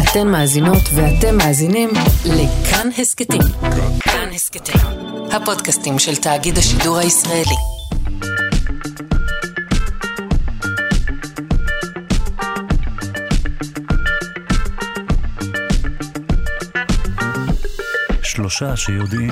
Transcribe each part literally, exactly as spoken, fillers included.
אתן מאזינות ואתם מאזינים לכאן הסקטים. כאן הסקטים, הפודקאסטים של תאגיד השידור הישראלי. שלושה שיודעים.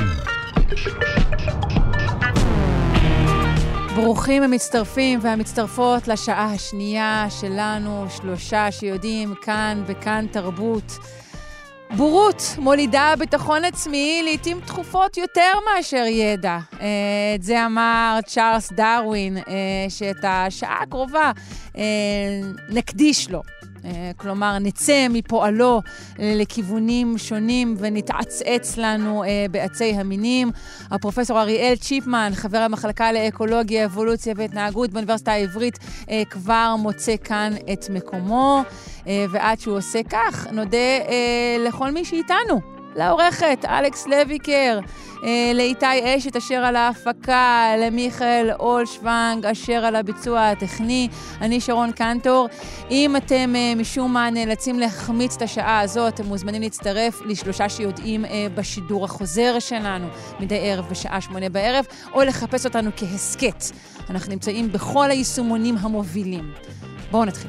ברוכים המצטרפים והמצטרפות לשעה השנייה שלנו, שלושה שיודעים כאן בכאן תרבות. בורות מולידה ביטחון עצמי לעתים תכופות יותר מאשר ידע. את זה אמר צ'ארלס דרווין, שאת השעה הקרובה נקדיש לו. כלומר, נצא מפועלו לכיוונים שונים ונתעצץ לנו בעצי המינים. הפרופסור אריאל צ'יפמן, חבר המחלקה לאקולוגיה, אבולוציה והתנהגות באוניברסיטה העברית, כבר מוצא כאן את מקומו. ועד שהוא עושה כך, נודה לכל מי שאיתנו. לעורכת, אלכס לויקר, לאיתי אשת אשר על ההפקה, למיכאל אולשוונג אשר על הביצוע הטכני, אני שרון קנטור. אם אתם משום מה נאלצים להחמיץ את השעה הזאת, אתם מוזמנים להצטרף לשלושה שיודעים בשידור החוזר שלנו, מדי ערב בשעה שמונה בערב, או לחפש אותנו כהסקט. אנחנו נמצאים בכל היישומונים המובילים. בואו נתחיל.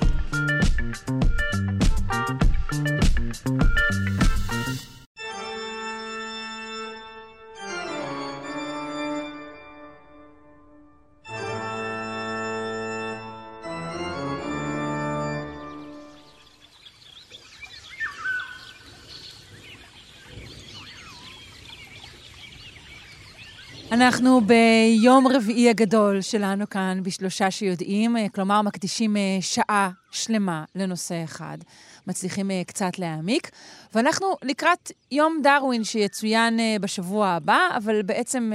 אנחנו ביום רביעי הגדול שלנו כאן בשלושה שיודעים, כלומר מקדישים שעה שלמה לנושא אחד, מצליחים קצת להעמיק, ואנחנו לקראת יום דרווין שיצוין בשבוע הבא, אבל בעצם,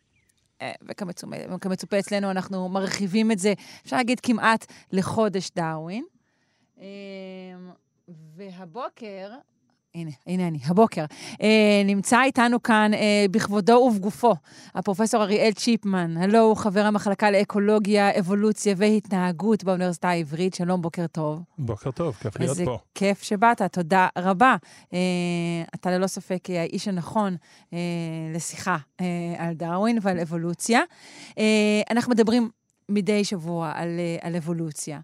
וכמצופה אצלנו אנחנו מרחיבים את זה, אפשר להגיד כמעט לחודש דרווין. והבוקר... הנה, הנה אני, הבוקר. אה, נמצא איתנו כאן אה, בכבודו ובגופו, הפרופסור אריאל צ'יפמן. הלו, הוא חבר המחלקה לאקולוגיה, אבולוציה והתנהגות באוניברסיטה העברית. שלום, בוקר טוב. בוקר טוב, כיף להיות פה. כיף שבאת, תודה רבה. אה, אתה ללא ספק האיש הנכון אה, לשיחה אה, על דרווין ועל אבולוציה. אה, אנחנו מדברים מדי שבוע על, אה, על אבולוציה.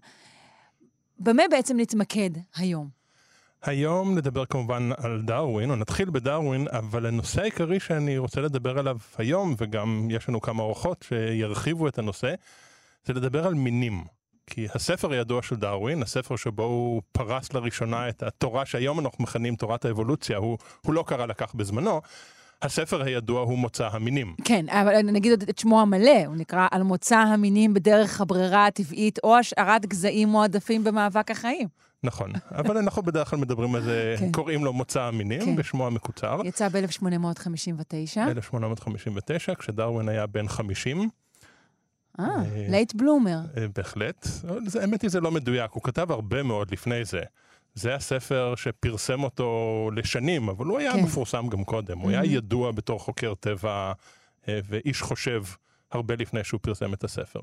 במה בעצם נתמקד היום? היום נדבר כמובן על דרווין, או נתחיל בדרווין, אבל הנושא העיקרי שאני רוצה לדבר עליו היום, וגם יש לנו כמה אורחות שירחיבו את הנושא, זה לדבר על מינים. כי הספר הידוע של דרווין, הספר שבו הוא פרס לראשונה את התורה שהיום אנחנו מכנים תורת האבולוציה, הוא, הוא לא קרא לכך בזמנו, הספר הידוע הוא מוצא המינים. כן, אבל נגיד את שמו המלא, הוא נקרא על מוצא המינים בדרך הברירה הטבעית, או השארת גזעים מועדפים במאבק החיים. נכון, אבל אנחנו בדרך כלל מדברים על זה, קוראים לו מוצא המינים, בשמו המקוצר. יצא ב-אלף שמונה מאות חמישים ותשע. אלף שמונה מאות חמישים ותשע, כשדרווין היה בן חמישים. אה, לייט בלומר. בהחלט. האמת היא זה לא מדויק, הוא כתב הרבה מאוד לפני זה. זה הספר שפרסם אותו לשנים, אבל הוא היה מפורסם גם קודם. הוא היה ידוע בתור חוקר טבע ואיש חושב הרבה לפני שהוא פרסם את הספר.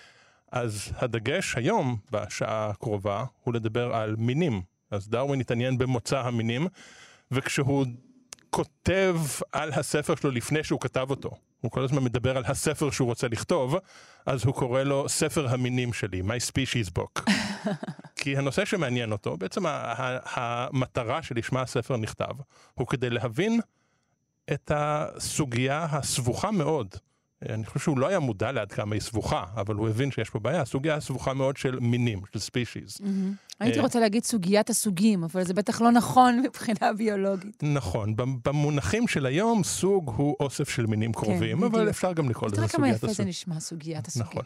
אז הדגש היום, בשעה הקרובה, הוא לדבר על מינים. אז דרווין התעניין במוצא המינים, וכשהוא כותב על הספר שלו לפני שהוא כתב אותו, הוא כל הזמן מדבר על הספר שהוא רוצה לכתוב, אז הוא קורא לו ספר המינים שלי, My Species Book. כי הנושא שמעניין אותו, בעצם המטרה שלשמה הספר נכתב, הוא כדי להבין את הסוגיה הסבוכה מאוד, אני חושב שהוא לא היה מודע לעד כמה היא סבוכה, אבל הוא הבין שיש פה בעיה, סוגיה סבוכה מאוד של מינים, של ספישיז. הייתי רוצה להגיד סוגיית הסוגים, אבל זה בטח לא נכון מבחינה ביולוגית. נכון, במונחים של היום, סוג הוא אוסף של מינים קרובים, אבל אפשר גם לקרוא לזה סוגיית הסוגים. תראה כמה יפה זה נשמע, סוגיית הסוגים. נכון.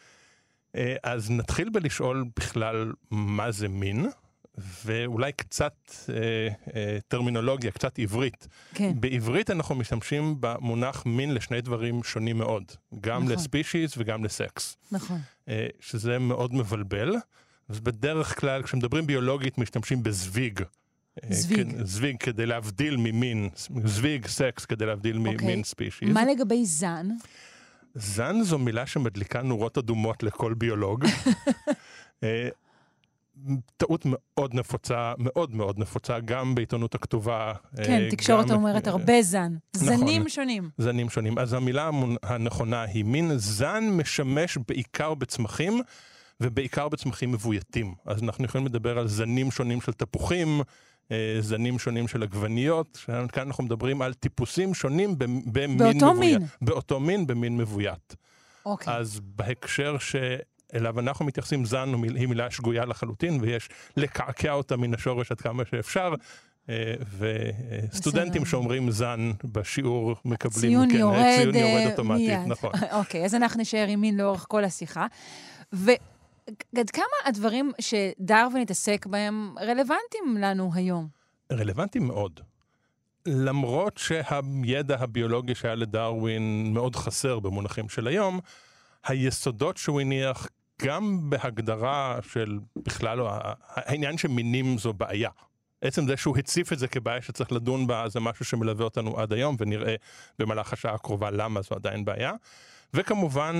אז נתחיל בלשאול בכלל מה זה מין, ואולי קצת אה, אה, טרמינולוגיה, קצת עברית. כן. בעברית אנחנו משתמשים במונח מין לשני דברים שונים מאוד. גם נכון. לספישיז וגם לסקס. נכון. אה, שזה מאוד מבלבל. אז בדרך כלל, כשמדברים ביולוגית, משתמשים בזוויג. זוויג. אה, זוויג כדי להבדיל ממין, זוויג, סקס, כדי להבדיל okay. ממין ספישיז. מה לגבי זן? זן זו מילה שמדליקה נורות אדומות לכל ביולוג. אה, טעות מאוד נפוצה, מאוד מאוד נפוצה, גם בעיתונות הכתובה. כן, תקשורת אומרת הרבה זן. זנים שונים. זנים שונים. אז המילה הנכונה היא מין. זן משמש בעיקר בצמחים, ובעיקר בצמחים מבויתים. אז אנחנו יכולים לדבר על זנים שונים של תפוחים, זנים שונים של עגבניות. כאן אנחנו מדברים על טיפוסים שונים במין מבוית. באותו מין. באותו מין, במין מבוית. אוקיי. אז בהקשר ש... אליו אנחנו מתייחסים, זן היא מילה שגויה לחלוטין, ויש לקעקע אותה מן השורש עד כמה שאפשר, וסטודנטים שאומרים זן בשיעור מקבלים... ציון יורד ציון יורד אוטומטית, נכון. אוקיי, אז אנחנו נשאר עם מין לאורך כל השיחה. ועד כמה הדברים שדרווין התעסק בהם רלוונטיים לנו היום? רלוונטיים מאוד. למרות שהידע הביולוגי שהיה לדרווין מאוד חסר במונחים של היום, היסודות שהוא הניח גם בהגדרה של בכלל לא, העניין שמינים זו בעיה. עצם זה שהוא הציף את זה כבעיה שצריך לדון בה, זה משהו שמלווה אותנו עד היום, ונראה במהלך השעה הקרובה למה זו עדיין בעיה. וכמובן,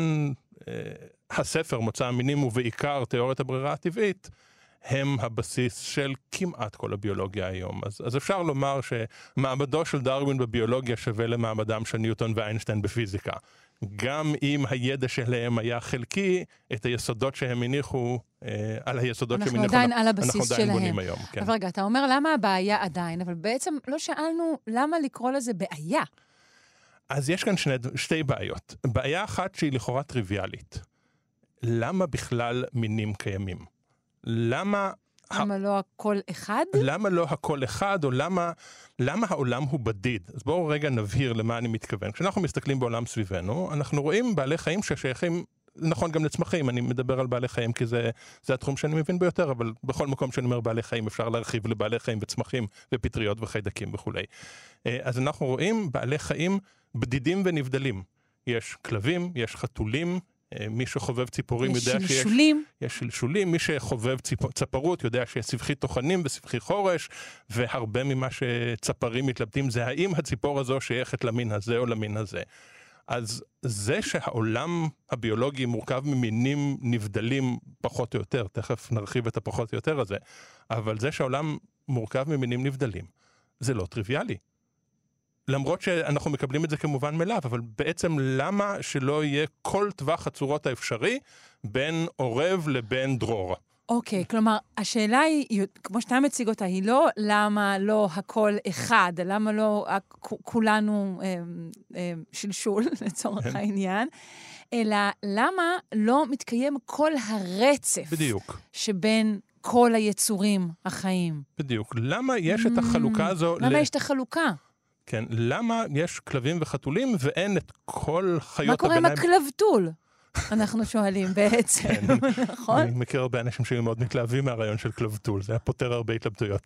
הספר מוצא המינים ובעיקר תיאוריית הברירה הטבעית, הם הבסיס של כמעט כל הביולוגיה היום. אז, אז אפשר לומר שמעמדו של דרווין בביולוגיה שווה למעמדם של ניוטון ואיינשטיין בפיזיקה. גם אם הידע שלהם היה חלקי, את היסודות שהם הניחו, אה, על היסודות שהם הניחו, אנחנו עדיין על הבסיס אנחנו עדיין שלהם. בונים היום. כן. אבל רגע, אתה אומר למה הבעיה עדיין, אבל בעצם לא שאלנו למה לקרוא לזה בעיה. אז יש כאן שני, שתי בעיות. בעיה אחת שהיא לכאורה טריוויאלית. למה בכלל מינים קיימים? למה... למה לא הכל אחד? למה לא הכל אחד, או למה, למה העולם הוא בדיד? אז בואו רגע נבהיר למה אני מתכוון. כשאנחנו מסתכלים בעולם סביבנו, אנחנו רואים בעלי חיים ששייכים, נכון גם לצמחים, אני מדבר על בעלי חיים כי זה, זה התחום שאני מבין ביותר, אבל בכל מקום שאני אומר בעלי חיים אפשר להרחיב לבעלי חיים וצמחים ופטריות וחיידקים וכו'. אז אנחנו רואים בעלי חיים בדידים ונבדלים. יש כלבים, יש חתולים, מי שחובב ציפורים יודע שיש... יש שלשולים. יש שלשולים, מי שחובב ציפ... צפרות יודע שיש סבכי תוכנים וסבכי חורש, והרבה ממה שצפרים מתלבטים זה האם הציפור הזו שייכת למין הזה או למין הזה. אז זה שהעולם הביולוגי מורכב ממינים נבדלים פחות או יותר, תכף נרחיב את הפחות או יותר הזה, אבל זה שהעולם מורכב ממינים נבדלים, זה לא טריוויאלי. למרות שאנחנו מקבלים את זה כמובן מאליו, אבל בעצם למה שלא יהיה כל טווח הצורות האפשרי בין עורב לבין דרור? אוקיי, כלומר, השאלה היא, כמו שאתה מציג אותה, היא לא למה לא הכל אחד, למה לא כולנו אה, אה, שלשול לצורך העניין, אלא למה לא מתקיים כל הרצף בדיוק. שבין כל היצורים החיים. בדיוק. למה יש את החלוקה הזו? למה יש את החלוקה? כן, למה יש כלבים וחתולים ואין את כל חיות מה הביניים? קורה עם הכלבתול? אנחנו שואלים בעצם, נכון? אני מכיר הרבה אנשים שהיו מאוד מתלהבים מהרעיון של כלבתול, זה היה פותר הרבה התלבטויות.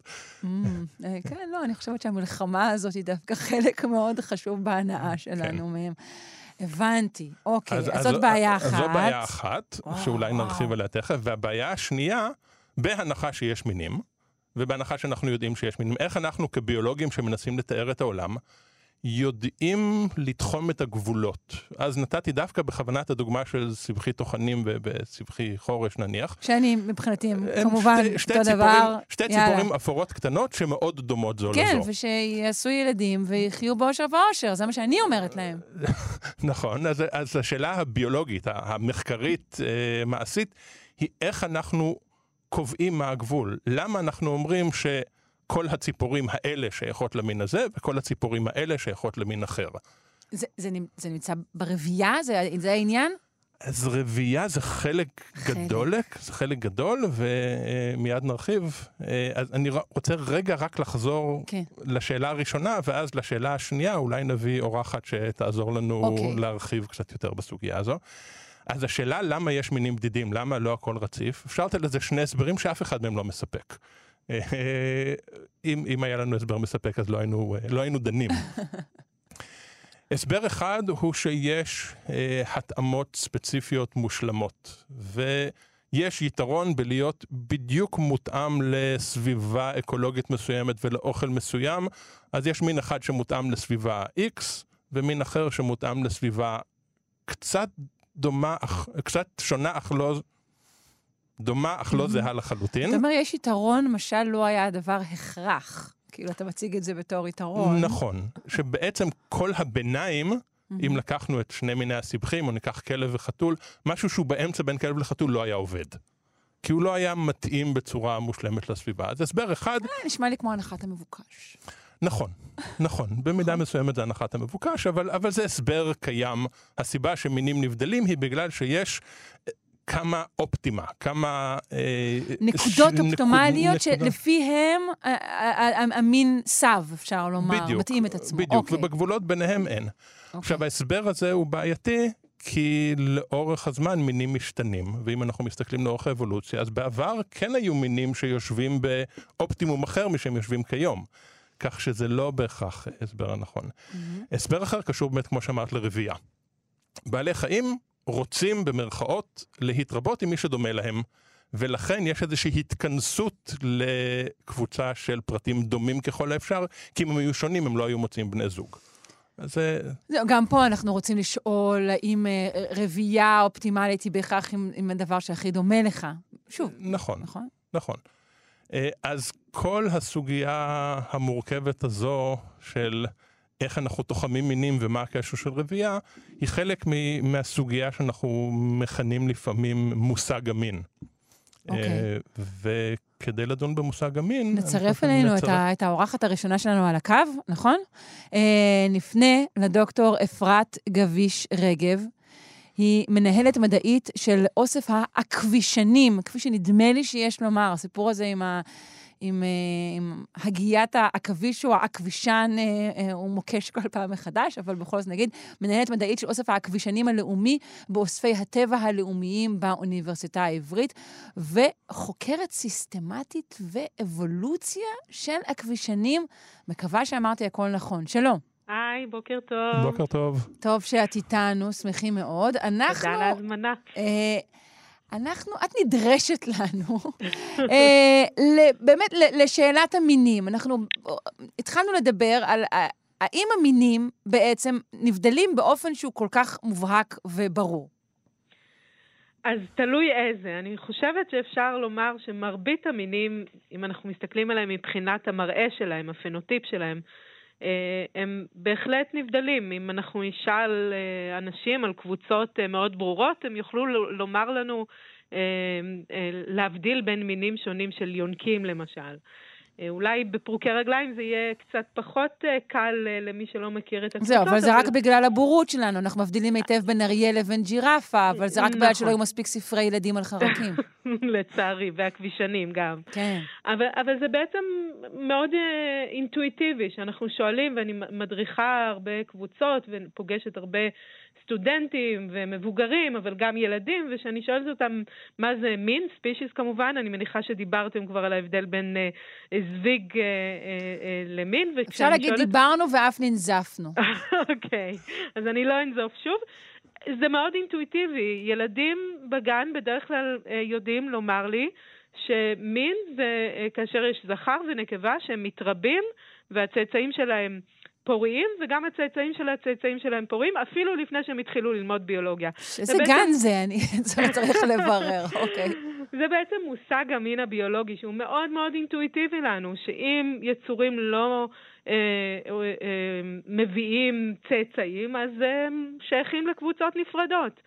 כן, לא, אני חושבת שהמלחמה הזאת היא דווקא חלק מאוד חשוב בהנאה שלנו מהם. הבנתי, אוקיי, אז זאת בעיה אחת. זו בעיה אחת, שאולי נרחיב עליה תכף, והבעיה השנייה, בהנחה שיש מינים, ובהנחה שאנחנו יודעים שיש מינים, איך אנחנו כביולוגים שמנסים לתאר את העולם, יודעים לתחום את הגבולות. אז נתתי דווקא בכוונת הדוגמה של סבכי תוכנים וסבכי חורש נניח. שאני מבחינתי, כמובן, שתי, אותו שתי דבר. ציפורים, שתי יאללה. ציפורים אפורות קטנות שמאוד דומות זו כן, לזו. כן, ושיעשו ילדים ויחיו באושר ואושר, זה מה שאני אומרת להם. נכון, אז, אז השאלה הביולוגית, המחקרית, מעשית, היא איך אנחנו קובעים מה הגבול. למה אנחנו אומרים ש... כל הציפורים האלה שייכות למין הזה, וכל הציפורים האלה שייכות למין אחר. זה, זה, זה נמצא ברבייה? זה, זה העניין? אז רבייה זה חלק, חלק. גדולק, זה חלק גדול, ומיד נרחיב. אז אני רוצה רגע רק לחזור okay. לשאלה הראשונה, ואז לשאלה השנייה, אולי נביא אורחת שתעזור לנו okay. להרחיב קצת יותר בסוגיה הזו. אז השאלה למה יש מינים בדידים, למה לא הכל רציף, אפשר לתת לזה שני הסברים שאף אחד מהם לא מספק. אם, אם היה לנו הסבר מספק, אז לא היינו, לא היינו דנים. הסבר אחד הוא שיש אה, התאמות ספציפיות מושלמות, ויש יתרון בלהיות בדיוק מותאם לסביבה אקולוגית מסוימת ולאוכל מסוים, אז יש מין אחד שמותאם לסביבה X, ומין אחר שמותאם לסביבה קצת דומה, קצת שונה, אך לא... דומה, אך לא זהה לחלוטין. זאת אומרת, יש יתרון, משל לא היה הדבר הכרח. כאילו, אתה מציג את זה בתור יתרון. נכון. שבעצם כל הביניים, אם לקחנו את שני מיני הסיבכים, או ניקח כלב וחתול, משהו שהוא באמצע בין כלב לחתול לא היה עובד. כי הוא לא היה מתאים בצורה מושלמת לסביבה. אז הסבר אחד... נשמע לי כמו הנחת המבוקש. נכון, נכון. במידה מסוימת זה הנחת המבוקש, אבל, אבל זה הסבר קיים. הסיבה שמינים נבדלים היא בגלל שיש כמה אופטימה, כמה... נקודות ש... אופטימליות נקוד... שלפיהם המין סב, אפשר לומר, בדיוק, מתאים את עצמו. בדיוק, אוקיי. ובגבולות ביניהם אין. אוקיי. עכשיו, ההסבר הזה הוא בעייתי, כי לאורך הזמן מינים משתנים, ואם אנחנו מסתכלים לאורך האבולוציה, אז בעבר כן היו מינים שיושבים באופטימום אחר משהם יושבים כיום. כך שזה לא בהכרח הסבר הנכון. Mm-hmm. הסבר אחר קשור באמת, כמו שאמרת, לרבייה. בעלי חיים רוצים במרכאות להתרבות עם מי שדומה להם, ולכן יש איזושהי התכנסות לקבוצה של פרטים דומים ככל האפשר, כי אם הם היו שונים הם לא היו מוצאים בני זוג. אז... גם פה אנחנו רוצים לשאול האם רבייה אופטימלית היא בהכרח עם, עם הדבר שהכי דומה לך. שוב. נכון, נכון. נכון. אז כל הסוגיה המורכבת הזו של איך אנחנו תוחמים מינים ומה הקשר של רבייה, היא חלק מהסוגיה שאנחנו מכנים לפעמים מושג המין. אוקיי. וכדי לדון במושג המין... נצרף אלינו נצרף... את האורחת הראשונה שלנו על הקו, נכון? נפנה לדוקטור אפרת גביש רגב. היא מנהלת מדעית של אוסף האקווישנים, כפי שנדמה לי שיש לומר, הסיפור הזה עם, ה, עם, עם הגיית האקוויש או האקווישן הוא מוקש כל פעם מחדש, אבל בכל זאת נגיד, מנהלת מדעית של אוסף האקווישנים הלאומי באוספי הטבע הלאומיים באוניברסיטה העברית, וחוקרת סיסטמטית ואבולוציה של אקווישנים. מקווה שאמרתי הכל נכון. שלום. היי, בוקר טוב. בוקר טוב. טוב שאת איתנו, שמחים מאוד. אנחנו... תודה להזמנה. אה, אנחנו, את נדרשת לנו, אה, באמת לשאלת המינים. אנחנו התחלנו לדבר על האם המינים בעצם נבדלים באופן שהוא כל כך מובהק וברור. אז תלוי איזה. אני חושבת שאפשר לומר שמרבית המינים, אם אנחנו מסתכלים עליהם מבחינת המראה שלהם, הפנוטיפ שלהם, הם בהחלט נבדלים. אם אנחנו נשאל אנשים על קבוצות מאוד ברורות, הם יוכלו לומר לנו להבדיל בין מינים שונים של יונקים למשל. אולי בפרוקי רגליים זה יהיה קצת פחות קל למי שלא מכיר את הקבוצות. זהו, אבל זה רק בגלל הבורות שלנו. אנחנו מבדילים היטב בין אריה לבין ג'ירפה, אבל זה רק בגלל שלא היו מספיק ספרי ילדים על חרקים. לצערי, והכבישנים גם. כן. אבל, אבל זה בעצם מאוד אינטואיטיבי, שאנחנו שואלים, ואני מדריכה הרבה קבוצות, ופוגשת הרבה סטודנטים ומבוגרים, אבל גם ילדים, ושאני שואלת אותם מה זה מין, ספישיס כמובן, אני מניחה שדיברתם כבר על ההבדל בין אה, זוויג אה, אה, למין. אפשר להגיד שואלת... דיברנו ואף ננזפנו. אוקיי, אז אני לא אנזוף שוב. זה מאוד אינטואיטיבי. ילדים בגן בדרך כלל אה, יודעים לומר לי שמין זה אה, כאשר יש זכר ונקבה שהם מתרבים, והצאצאים שלהם פוריים, וגם הצאצאים של הצאצאים שלהם פוריים, אפילו לפני שהם התחילו ללמוד ביולוגיה. איזה גן זה, אני צריך לברר, אוקיי. זה בעצם מושג המין הביולוגי, שהוא מאוד מאוד אינטואיטיבי לנו, שאם יצורים לא אה, אה, אה, מביאים צאצאים, אז הם שייכים לקבוצות נפרדות.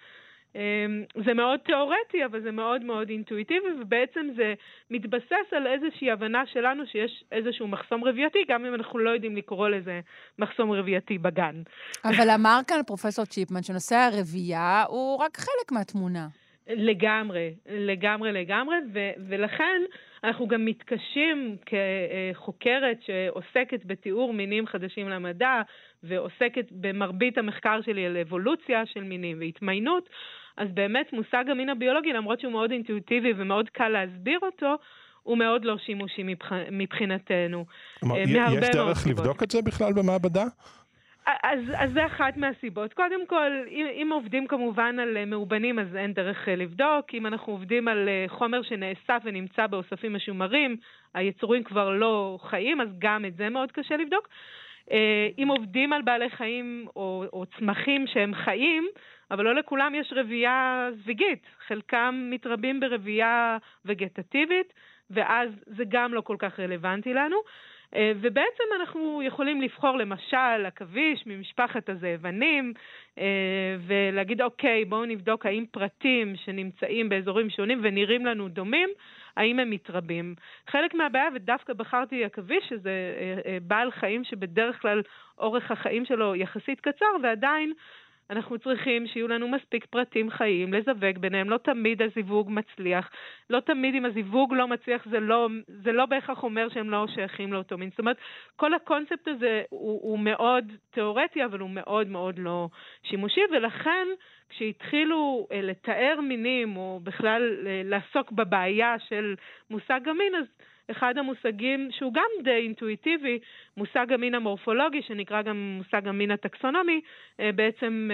זה מאוד תיאורטי, אבל זה מאוד מאוד אינטואיטיבי, ובעצם זה מתבסס על איזושהי הבנה שלנו שיש איזשהו מחסום רבייתי, גם אם אנחנו לא יודעים לקרוא לזה מחסום רבייתי בגן. אבל אמר כאן פרופסור צ'יפמן שנושא הרבייה הוא רק חלק מהתמונה. לגמרי, לגמרי, לגמרי, ו- ולכן אנחנו גם מתקשים כחוקרת שעוסקת בתיאור מינים חדשים למדע, ועוסקת במרבית המחקר שלי על אבולוציה של מינים והתמיינות, אז באמת מושג המין הביולוגי, למרות שהוא מאוד אינטואיטיבי ומאוד קל להסביר אותו, הוא מאוד לא שימושי מבחינתנו. יש דרך לבדוק את זה בכלל במעבדה? אז, אז זה אחת מהסיבות. קודם כל, אם, אם עובדים כמובן על מאובנים, אז אין דרך לבדוק. אם אנחנו עובדים על חומר שנאסף ונמצא באוספים משומרים, היצורים כבר לא חיים, אז גם את זה מאוד קשה לבדוק. אם עובדים על בעלי חיים או, או צמחים שהם חיים, אבל לא לכולם יש רבייה זוויגית. חלקם מתרבים ברבייה וגטטיבית, ואז זה גם לא כל כך רלוונטי לנו. ובעצם אנחנו יכולים לבחור למשל עכביש ממשפחת הזאבנים, ולהגיד אוקיי, בואו נבדוק האם פרטים שנמצאים באזורים שונים ונראים לנו דומים, האם הם מתרבים. חלק מהבעיה, ודווקא בחרתי עכביש, שזה בעל חיים שבדרך כלל אורך החיים שלו יחסית קצר, ועדיין אנחנו צריכים שיהיו לנו מספיק פרטים חיים, לזווג ביניהם, לא תמיד הזיווג מצליח, לא תמיד אם הזיווג לא מצליח, זה לא, זה לא בהכרח אומר שהם לא שייכים לאותו מין. זאת אומרת, כל הקונספט הזה הוא, הוא מאוד תיאורטי, אבל הוא מאוד מאוד לא שימושי, ולכן כשהתחילו לתאר מינים, או בכלל לעסוק בבעיה של מושג המין, אז אחד המושגים שהוא גם די אינטואיטיבי, מושג המין המורפולוגי, שנקרא גם מושג המין הטקסונומי, בעצם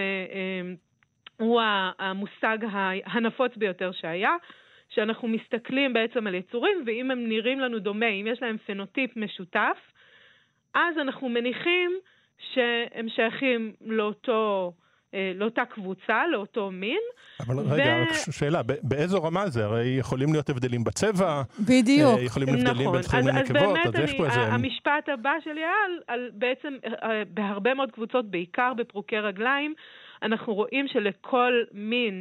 הוא המושג הנפוץ ביותר שהיה, שאנחנו מסתכלים בעצם על יצורים, ואם הם נראים לנו דומה, אם יש להם פנוטיפ משותף, אז אנחנו מניחים שהם שייכים לאותו לאותה קבוצה, לאותו מין. אבל רגע, רק שאלה, באיזו רמה זה? הרי יכולים להיות הבדלים בצבע, בדיוק. יכולים הבדלים בין זכרים ונקבות, אז יש פה איזה... המשפט הבא שלי היה על בעצם, בהרבה מאוד קבוצות, בעיקר בפרוקי רגליים, אנחנו רואים שלכל מין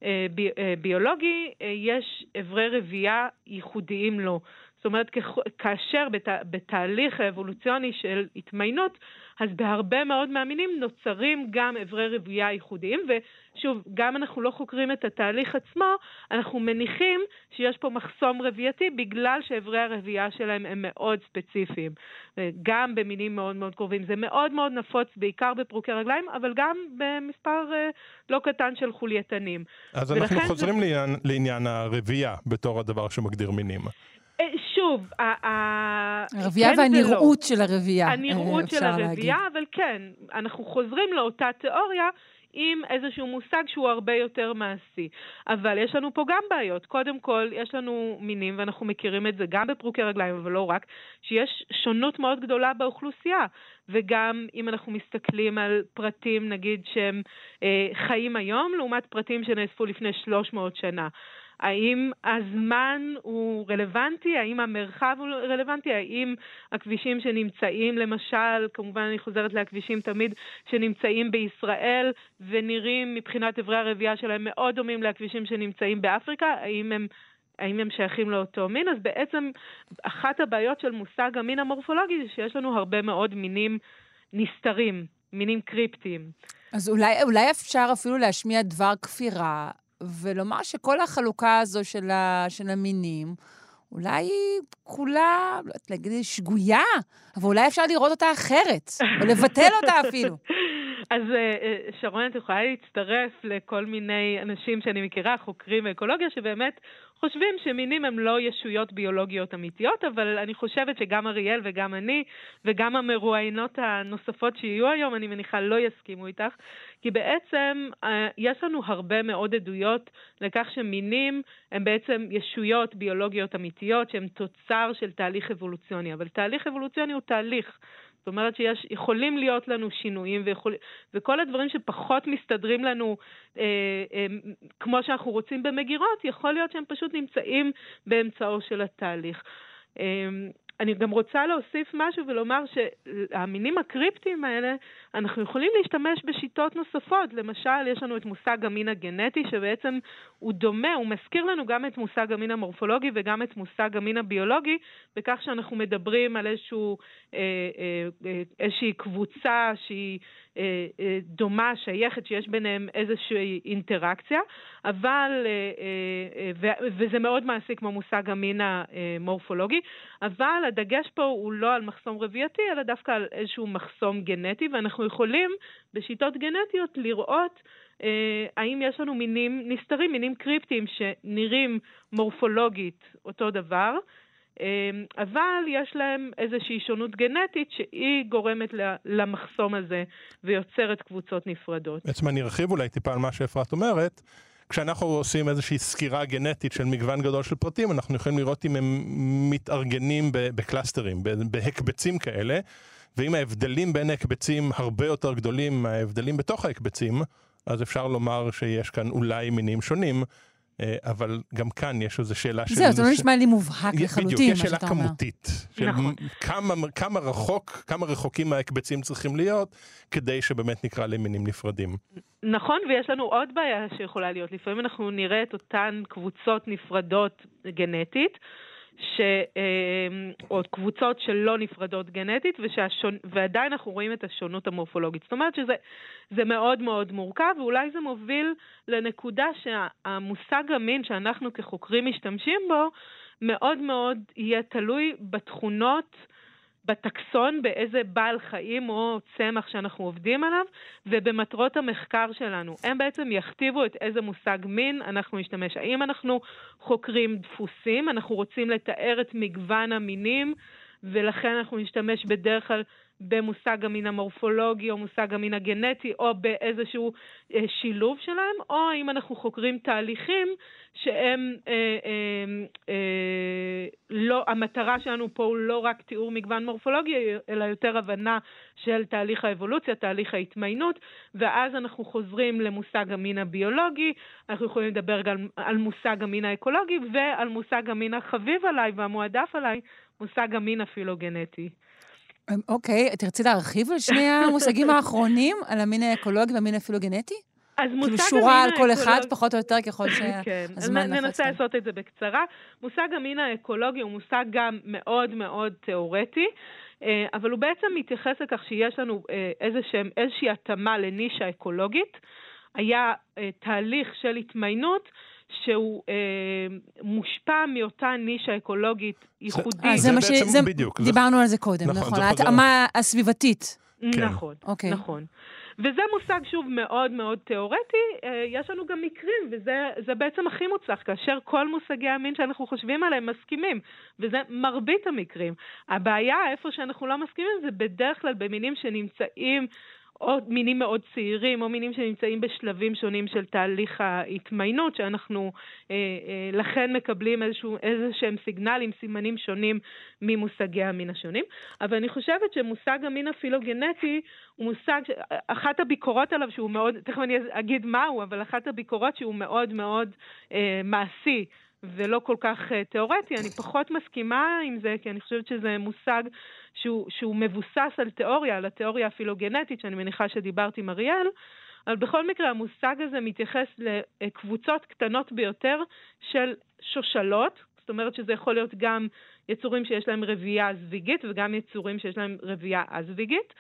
ביולוגי יש אברי רבייה ייחודיים לו. זאת אומרת, כאשר בתהליך האבולוציוני של התמיינות, אז בהרבה מאוד מהמינים נוצרים גם אברי רבייה ייחודיים, ושוב, גם אנחנו לא חוקרים את התהליך עצמו, אנחנו מניחים שיש פה מחסום רבייתי, בגלל שאברי הרבייה שלהם הם מאוד ספציפיים, גם במינים מאוד מאוד קרובים. זה מאוד מאוד נפוץ, בעיקר בפרוקי רגליים, אבל גם במספר לא קטן של חולייתנים. אז אנחנו חוזרים זה... לעניין, לעניין הרבייה, בתור הדבר שמגדיר מינים. שוב, הרבייה והנראות של הרבייה. הנראות של הרבייה, אבל כן, אנחנו חוזרים לאותה תיאוריה עם איזשהו מושג שהוא הרבה יותר מעשי. אבל יש לנו פה גם בעיות. קודם כל, יש לנו מינים, ואנחנו מכירים את זה גם בפרוקי רגליים, אבל לא רק, שיש שונות מאוד גדולה באוכלוסייה. וגם אם אנחנו מסתכלים על פרטים, נגיד, שהם אה, חיים היום, לעומת פרטים שנאספו לפני שלוש מאות שנה. האם הזמן הוא רלוונטי? האם המרחב הוא רלוונטי? האם הכבישים שנמצאים, למשל, כמובן אני חוזרת להכבישים תמיד, שנמצאים בישראל ונראים מבחינת אברי הרבייה שלהם מאוד דומים להכבישים שנמצאים באפריקה, האם הם, האם הם שייכים לאותו מין? אז בעצם אחת הבעיות של מושג המין המורפולוגי זה שיש לנו הרבה מאוד מינים נסתרים, מינים קריפטיים. אז אולי, אולי אפשר אפילו להשמיע דבר כפירה, ולומר שכל החלוקה הזו של, ה, של המינים, אולי היא כולה, לא יודעת להגיד, שגויה, אבל אולי אפשר לראות אותה אחרת, או לבטל אותה אפילו. אז שרון, את יכולה להצטרף לכל מיני אנשים שאני מכירה, חוקרים באקולוגיה, שבאמת חושבים שמינים הם לא ישויות ביולוגיות אמיתיות, אבל אני חושבת שגם אריאל וגם אני, וגם המרואיינות הנוספות שיהיו היום, אני מניחה לא יסכימו איתך, כי בעצם יש לנו הרבה מאוד עדויות לכך שמינים הם בעצם ישויות ביולוגיות אמיתיות, שהם תוצר של תהליך אבולוציוני, אבל תהליך אבולוציוני הוא תהליך, זאת אומרת שיש, יכולים להיות לנו שינויים, ויכול, וכל הדברים שפחות מסתדרים לנו אה, אה, כמו שאנחנו רוצים במגירות, יכול להיות שהם פשוט נמצאים באמצעו של התהליך. אה, אני גם רוצה להוסיף משהו ולומר שהמינים הקריפטיים האלה, אנחנו יכולים להשתמש בשיטות נוספות. למשל, יש לנו את מושג המין הגנטי, שבעצם הוא דומה, הוא מזכיר לנו גם את מושג המין המורפולוגי וגם את מושג המין הביולוגי, בכך שאנחנו מדברים על איזשהו, אה, אה, איזושהי קבוצה שהיא אה, אה, דומה, שייכת, שיש ביניהם איזושהי אינטראקציה, אבל, אה, אה, ו, וזה מאוד מעסיק כמו מושג המין המורפולוגי, אבל הדגש פה הוא לא על מחסום רבייתי, אלא דווקא על איזשהו מחסום גנטי, ואנחנו יכולים בשיטות גנטיות לראות אה, האם יש לנו מינים נסתרים, מינים קריפטיים שנראים מורפולוגית אותו דבר, אה, אבל יש להם איזושהי שונות גנטית שהיא גורמת למחסום הזה ויוצרת קבוצות נפרדות. בעצם אני ארחיב אולי טיפה על מה שאפרת אומרת, כשאנחנו עושים איזושהי סקירה גנטית של מגוון גדול של פרטים, אנחנו יכולים לראות אם הם מתארגנים בקלאסטרים, בהקבצים כאלה, ואם ההבדלים בין ההקבצים הרבה יותר גדולים מההבדלים בתוך ההקבצים, אז אפשר לומר שיש כאן אולי מינים שונים, אבל גם כאן יש איזו שאלה של... זהו, זה לא נשמע לי מובהק לחלוטין, בדיוק, יש שאלה כמותית. כמה רחוק, כמה רחוקים מההקבצים צריכים להיות, כדי שבאמת נקרא למינים נפרדים. נכון, ויש לנו עוד בעיה שיכולה להיות. לפעמים אנחנו נראה את אותן קבוצות נפרדות גנטית, ש, או קבוצות שלא נפרדות גנטית, ושהשון, ועדיין אנחנו רואים את השונות המורפולוגית. זאת אומרת שזה זה מאוד מאוד מורכב, ואולי זה מוביל לנקודה שהמושג המין שאנחנו כחוקרים משתמשים בו, מאוד מאוד יהיה תלוי בתכונות, בטקסון, באיזה בעל חיים או צמח שאנחנו עובדים עליו, ובמטרות המחקר שלנו. הם בעצם יכתיבו את איזה מושג מין אנחנו נשתמש. האם אנחנו חוקרים דפוסים, אנחנו רוצים לתאר את מגוון המינים, ולכן אנחנו נשתמש בדרך כלל במושג המין המורפולוגי או מושג המין הגנטי, או באיזשהו אה, שילוב שלהם, או אם אנחנו חוקרים תהליכים שהם, אה, אה, אה, לא, המטרה שלנו פה הוא לא רק תיאור מגוון מורפולוגי, אלא יותר הבנה של תהליך האבולוציה, תהליך ההתמיינות, ואז אנחנו חוזרים למושג המין הביולוגי, אנחנו יכולים לדבר גם על מושג המין האקולוגי, ועל מושג המין החביב עליי והמועדף עליי, מושג המין הפילוגנטי. אוקיי, תרצי להרחיב על שני המושגים האחרונים, על המין האקולוגי והמין הפילוגנטי? אז מושג כאילו שורה על כל האקולוג... אחד, פחות או יותר, ככל שהזמן כן, נפץ. ננסה לעשות את זה בקצרה. מושג המין האקולוגי הוא מושג גם מאוד מאוד תיאורטי, אבל הוא בעצם מתייחס לכך שיש לנו איזושהי, איזושהי התאמה לנישה אקולוגית. היה תהליך של התמיינות, שהוא אה, מושפע מאותה נישה אקולוגית ייחודית. זה, זה מה ש... זה, בדיוק. דיברנו זה, על זה קודם, נכון. נכון. ההתאמה הסביבתית. כן. נכון, okay. נכון. וזה מושג שוב מאוד מאוד תיאורטי, אה, יש לנו גם מקרים, וזה זה בעצם הכי מוצלח, כאשר כל מושגי המין שאנחנו חושבים עליהם מסכימים, וזה מרבית המקרים. הבעיה, איפה שאנחנו לא מסכימים, זה בדרך כלל במינים שנמצאים, או מינים מאוד צעירים, או מינים שנמצאים בשלבים שונים של תהליך ההתמיינות, שאנחנו אה, אה, לכן מקבלים איזשהו, איזשהם סיגנלים, סימנים שונים ממושגי המין השונים. אבל אני חושבת שמושג המין הפילוגנטי הוא מושג, אחת הביקורות עליו שהוא מאוד, תכף אני אגיד מהו, אבל אחת הביקורות שהוא מאוד מאוד אה, מעשי, ולא כל כך uh, תיאורטי. אני פחות מסכימה עם זה, כי אני חושבת שזה מושג שהוא, שהוא מבוסס על תיאוריה, על התיאוריה הפילוגנטית, שאני מניחה שדיברתי עם אריאל, אבל בכל מקרה המושג הזה מתייחס לקבוצות קטנות ביותר של שושלות, זאת אומרת שזה יכול להיות גם יצורים שיש להם רבייה זוויגית, וגם יצורים שיש להם רבייה הזוויגית,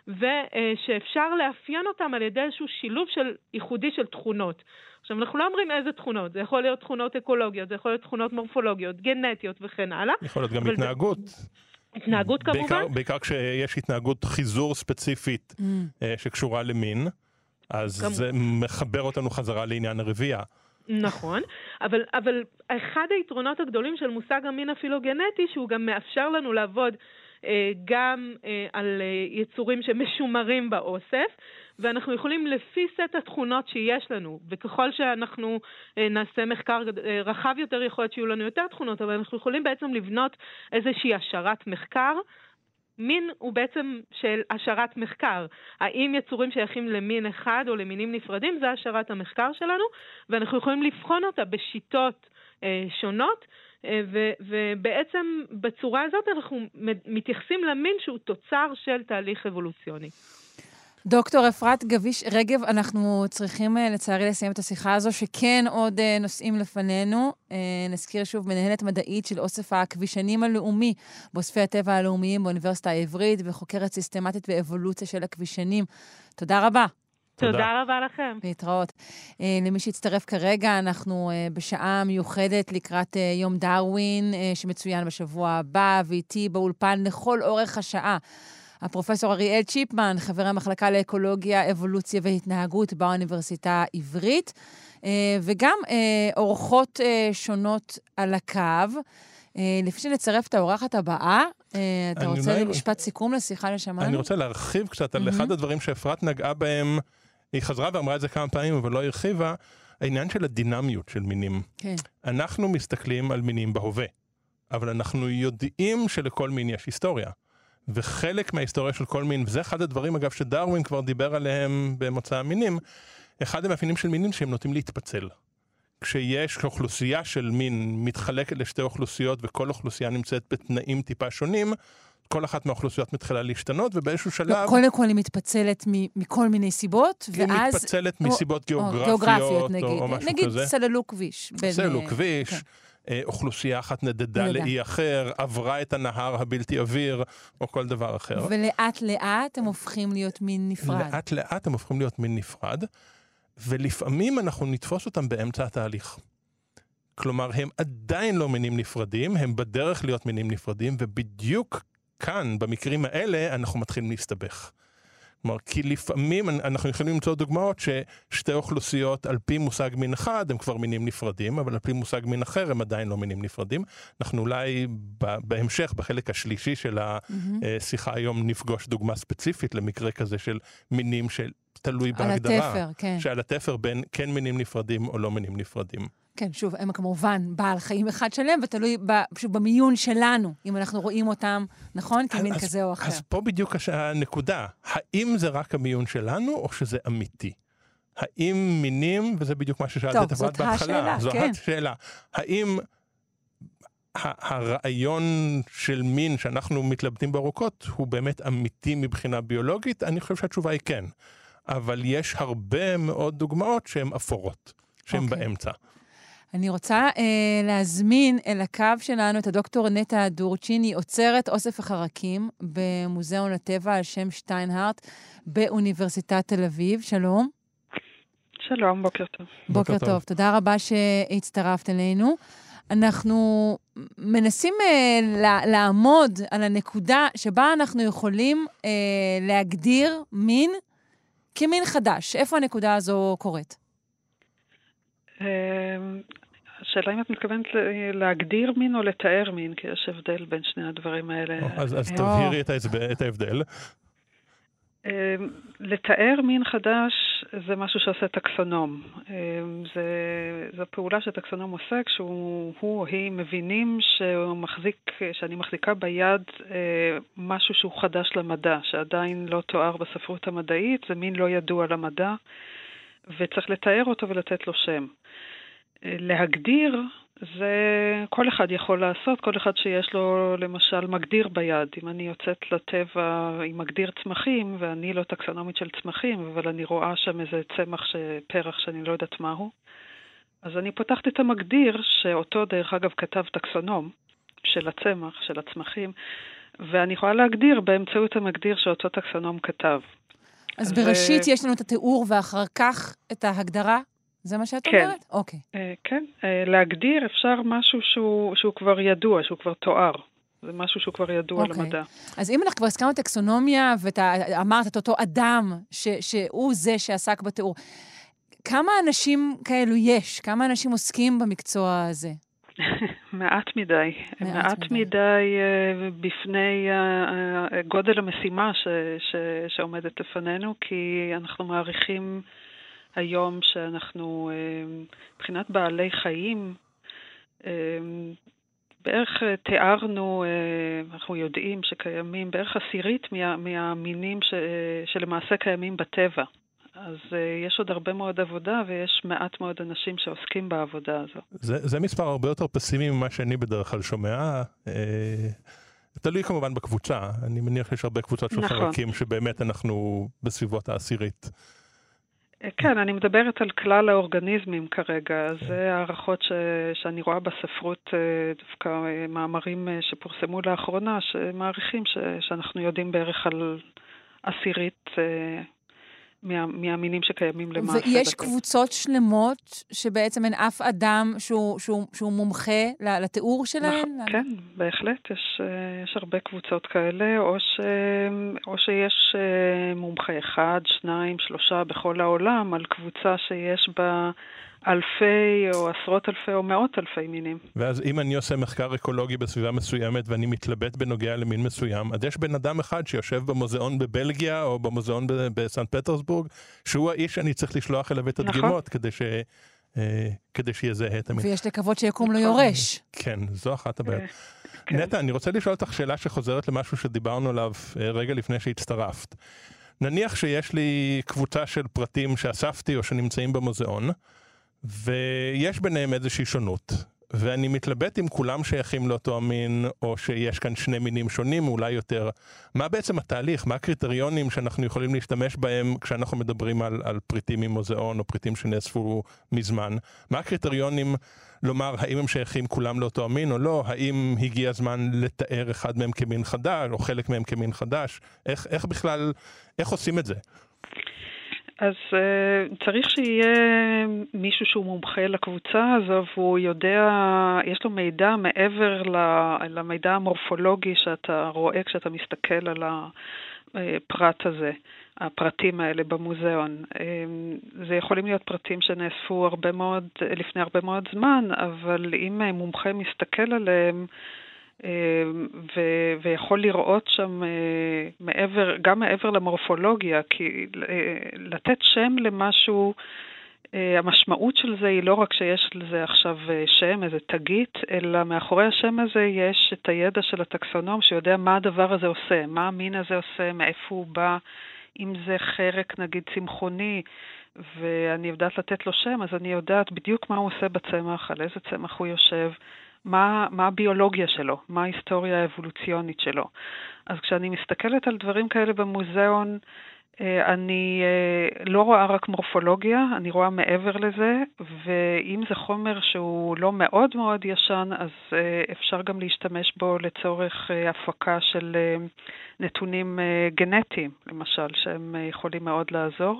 ושאפשר לאפיין אותם על ידי איזשהו שילוב של ייחודי של תכונות. עכשיו, אנחנו לא אומרים איזה תכונות, זה יכול להיות תכונות אקולוגיות, זה יכול להיות תכונות מורפולוגיות, גנטיות וכן הלאה. יכול להיות גם התנהגות. התנהגות כמובן. בעיקר, בעיקר כשיש התנהגות חיזור ספציפית mm. שקשורה למין, אז כמו... זה מחבר אותנו חזרה לעניין הרבייה. נכון, אבל, אבל אחד היתרונות הגדולים של מושג המין הפילוגנטי, שהוא גם מאפשר לנו לעבוד אה, גם אה, על אה, יצורים שמשומרים באוסף, ואנחנו יכולים לפי סט התכונות שיש לנו, וככל שאנחנו אה, נעשה מחקר אה, רחב יותר, יכול להיות שיהיו לנו יותר תכונות, אבל אנחנו יכולים בעצם לבנות איזושהי השערת מחקר. מין הוא בעצם של השערת מחקר. האם יצורים שייכים למין אחד או למינים נפרדים, זה השערת המחקר שלנו, ואנחנו יכולים לבחון אותה בשיטות אה, שונות, אה, ו, ובעצם בצורה הזאת אנחנו מתייחסים למין שהוא תוצר של תהליך אבולוציוני. דוקטור אפרת גביש רגב, אנחנו צריכים לצערי לסיים את השיחה הזו, שכן עוד נושאים לפנינו. נזכיר שוב, מנהלת מדעית של אוסף הכבישנים הלאומי, באוספי הטבע הלאומיים באוניברסיטה העברית, וחוקרת סיסטמטית ואבולוציה של הכבישנים. תודה רבה. תודה, תודה רבה לכם. להתראות. למי שהצטרף כרגע, אנחנו בשעה מיוחדת לקראת יום דרווין, שמצוין בשבוע הבא, ואיתי באולפן לכל אורך השעה. הפרופסור אריאל צ'יפמן, חבר המחלקה לאקולוגיה, אבולוציה והתנהגות באוניברסיטה העברית, וגם אורחות שונות על הקו. לפני שנצרף את האורחת הבאה, אתה רוצה משפט סיכום לשיחה לשמענו? אני רוצה להרחיב קצת על אחד הדברים שאפרת נגעה בהם, היא חזרה ואמרה את זה כמה פעמים, אבל לא הרחיבה, העניין של הדינמיות של מינים. כן. אנחנו מסתכלים על מינים בהווה, אבל אנחנו יודעים שלכל מין יש היסטוריה. וחלק מההיסטוריה של כל מין, וזה אחד הדברים אגב שדרווין כבר דיבר עליהם במוצא המינים, אחד המאפיינים של מינים שהם נוטים להתפצל. כשיש אוכלוסייה של מין מתחלקת לשתי אוכלוסיות, וכל אוכלוסייה נמצאת בתנאים טיפה שונים, כל אחת מהאוכלוסיות מתחילה להשתנות, ובאיזשהו שלב... לא, קודם כל היא מתפצלת מכל מיני סיבות, היא ואז... היא מתפצלת מסיבות או, גיאוגרפיות, או, גיאוגרפיות, נגיד. או, או משהו נגיד כזה. נגיד סללו כביש. סללו כביש, כן. אוכלוסייה אחת נדדה נדדה. לאי אחר, עברה את הנהר הבלתי אוויר, או כל דבר אחר. ולאט לאט הם הופכים להיות מין נפרד. לאט לאט הם הופכים להיות מין נפרד, ולפעמים אנחנו נתפוס אותם באמצע התהליך. כלומר, הם עדיין לא מינים נפרדים, הם בדרך להיות מינים נפרדים, ובדיוק כאן, במקרים האלה, אנחנו מתחילים להסתבך. כלומר, כי לפעמים אנחנו יכולים למצוא דוגמאות ששתי אוכלוסיות על פי מושג מין אחד הם כבר מינים נפרדים, אבל על פי מושג מין אחר הם עדיין לא מינים נפרדים. אנחנו אולי בהמשך, בחלק השלישי של השיחה היום, נפגוש דוגמה ספציפית למקרה כזה של מינים שתלוי בהגדרה. על התפר, כן. שעל התפר בין כן מינים נפרדים או לא מינים נפרדים. כן, שוב, הם כמובן בעל חיים אחד שלם, ותלוי פשוט במיון שלנו, אם אנחנו רואים אותם, נכון? כמין אז, כזה או אחר. אז פה בדיוק הנקודה. האם זה רק המיון שלנו, או שזה אמיתי? האם מינים, וזה בדיוק מה ששאלת את עברת בהתחלה, זו כן. השאלה. האם הרעיון של מין שאנחנו מתלבטים בארוכות, הוא באמת אמיתי מבחינה ביולוגית? אני חושב שהתשובה היא כן. אבל יש הרבה מאוד דוגמאות שהן אפורות, שהן okay. באמצע. אני רוצה אה, להזמין אל הקו שלנו את הדוקטור נטע דורצ'ין, היא עוצרת אוסף החרקים במוזיאון הטבע על שם שטיינהרט באוניברסיטת תל אביב. שלום. שלום, בוקר טוב. בוקר, בוקר טוב. טוב. תודה רבה שהצטרפת אלינו. אנחנו מנסים אה, לעמוד על הנקודה שבה אנחנו יכולים אה, להגדיר מין כמין חדש. איפה הנקודה הזו קורית? השאלה אם את מתכוונת להגדיר מין או לתאר מין, כי יש הבדל בין שני הדברים האלה. אז תבהירי את ההבדל. לתאר מין חדש זה משהו שעושה טקסונום. זו פעולה שטקסונום עושה כשהוא או היא מבינים שהוא מחזיק, שאני מחזיקה ביד משהו שהוא חדש למדע, שעדיין לא תואר בספרות המדעית, זה מין לא ידוע למדע, וצריך לתאר אותו ולתת לו שם. להגדיר, זה כל אחד יכול לעשות, כל אחד שיש לו למשל מגדיר ביד. אם אני יוצאת לטבע עם מגדיר צמחים, ואני לא טקסונומית של צמחים, אבל אני רואה שם איזה צמח, פרח שאני לא יודעת מהו, אז אני פותחת את המגדיר, שאותו דרך אגב כתב טקסונום של הצמח, של הצמחים, ואני יכולה להגדיר באמצעות המגדיר שאותו טקסונום כתב. אז בראשית יש לנו את התיאור ואחר כך את ההגדרה? זה מה שאת אומרת? אוקיי. כן, להגדיר אפשר משהו שהוא כבר ידוע, שהוא כבר תואר. זה משהו שהוא כבר ידוע למדע. אז אם אנחנו כבר הזכרנו טקסונומיה, ואמרת את אותו אדם שהוא זה שעסק בתיאור, כמה אנשים כאלו יש? כמה אנשים עוסקים במקצוע הזה? מעט מדי. מעט מדי בפני גודל המשימה שעומדת לפנינו, כי אנחנו מעריכים היום שאנחנו, מבחינת בעלי חיים, בערך תיארנו, אנחנו יודעים שקיימים בערך עשירית מה, מהמינים ש, שלמעשה קיימים בטבע. אז יש עוד הרבה מאוד עבודה, ויש מעט מאוד אנשים שעוסקים בעבודה הזו. זה, זה מספר הרבה יותר פסימי ממה שאני בדרך כלל שומע. תלוי כמובן בקבוצה. אני מניח שיש הרבה קבוצות של נכון. חרקים שבאמת אנחנו בסביבות העשירית. כן, אני מדברת על כלל האורגניזמים כרגע. זה הערכות ש... שאני רואה בספרות, דווקא מאמרים שפורסמו לאחרונה, שמעריכים ש... שאנחנו יודעים בערך על עשירית מה... מהמינים שקיימים למעשה. ויש קבוצות שלמות שבעצם אין אף אדם שהוא, שהוא, שהוא מומחה לתיאור שלהן? כן, בהחלט. יש, יש הרבה קבוצות כאלה, או, ש... או שיש מומחה אחד, שניים, שלושה בכל העולם, על קבוצה שיש בה אלפי או עשרות אלפי או מאות אלפי מינים. ואז אם אני עושה מחקר אקולוגי בסביבה מסוימת ואני מתלבט בנוגע למין מסוים, אז יש בן אדם אחד שיושב במוזיאון בבלגיה או במוזיאון בסנט פטרסבורג, שהוא האיש שאני צריך לשלוח אליו את הדגימות, נכון. כדי כדי שיזהה את המין. ויש לקוות שיקום לו יורש. כן, זו אחת הבעיות. נטע, אני רוצה לשאול אותך שאלה שחוזרת למשהו שדיברנו עליו רגע לפני שהצטרפת. נניח שיש לי קבוצה של פרטים שאספתי או שנמצאים במוזיאון, ויש ביניהם איזושהי שונות. ואני מתלבט אם כולם שייכים לאותו המין, או שיש כאן שני מינים שונים, אולי יותר. מה בעצם התהליך? מה הקריטריונים שאנחנו יכולים להשתמש בהם כשאנחנו מדברים על, על פריטים ממוזיאון, או פריטים שנאספו מזמן? מה הקריטריונים לומר האם הם שייכים כולם לאותו המין או לא? האם הגיע הזמן לתאר אחד מהם כמין חדש, או חלק מהם כמין חדש? איך, איך בכלל, איך עושים את זה? אז uh, צריך שיהיה מישהו שהוא מומחה לקבוצה הזו, והוא יודע, יש לו מידע מעבר למידע המורפולוגי שאתה רואה כשאתה מסתכל על הפרט הזה, הפרטים האלה במוזיאון. זה יכולים להיות פרטים שנאספו הרבה מאוד, לפני הרבה מאוד זמן, אבל אם מומחה מסתכל עליהם, ו- ויכול לראות שם מעבר, גם מעבר למורפולוגיה, כי לתת שם למשהו, המשמעות של זה היא לא רק שיש לזה עכשיו שם, איזה תגית, אלא מאחורי השם הזה יש את הידע של הטקסונום שיודע מה הדבר הזה עושה, מה המין הזה עושה, מאיפה הוא בא, אם זה חרק נגיד צמחוני, ואני יודעת לתת לו שם, אז אני יודעת בדיוק מה הוא עושה בצמח, על איזה צמח הוא יושב, מה, מה הביולוגיה שלו, מה ההיסטוריה האבולוציונית שלו. אז כשאני מסתכלת על דברים כאלה במוזיאון, אני לא רואה רק מורפולוגיה, אני רואה מעבר לזה, ואם זה חומר שהוא לא מאוד מאוד ישן, אז אפשר גם להשתמש בו לצורך הפקה של נתונים גנטיים, למשל, שהם יכולים מאוד לעזור.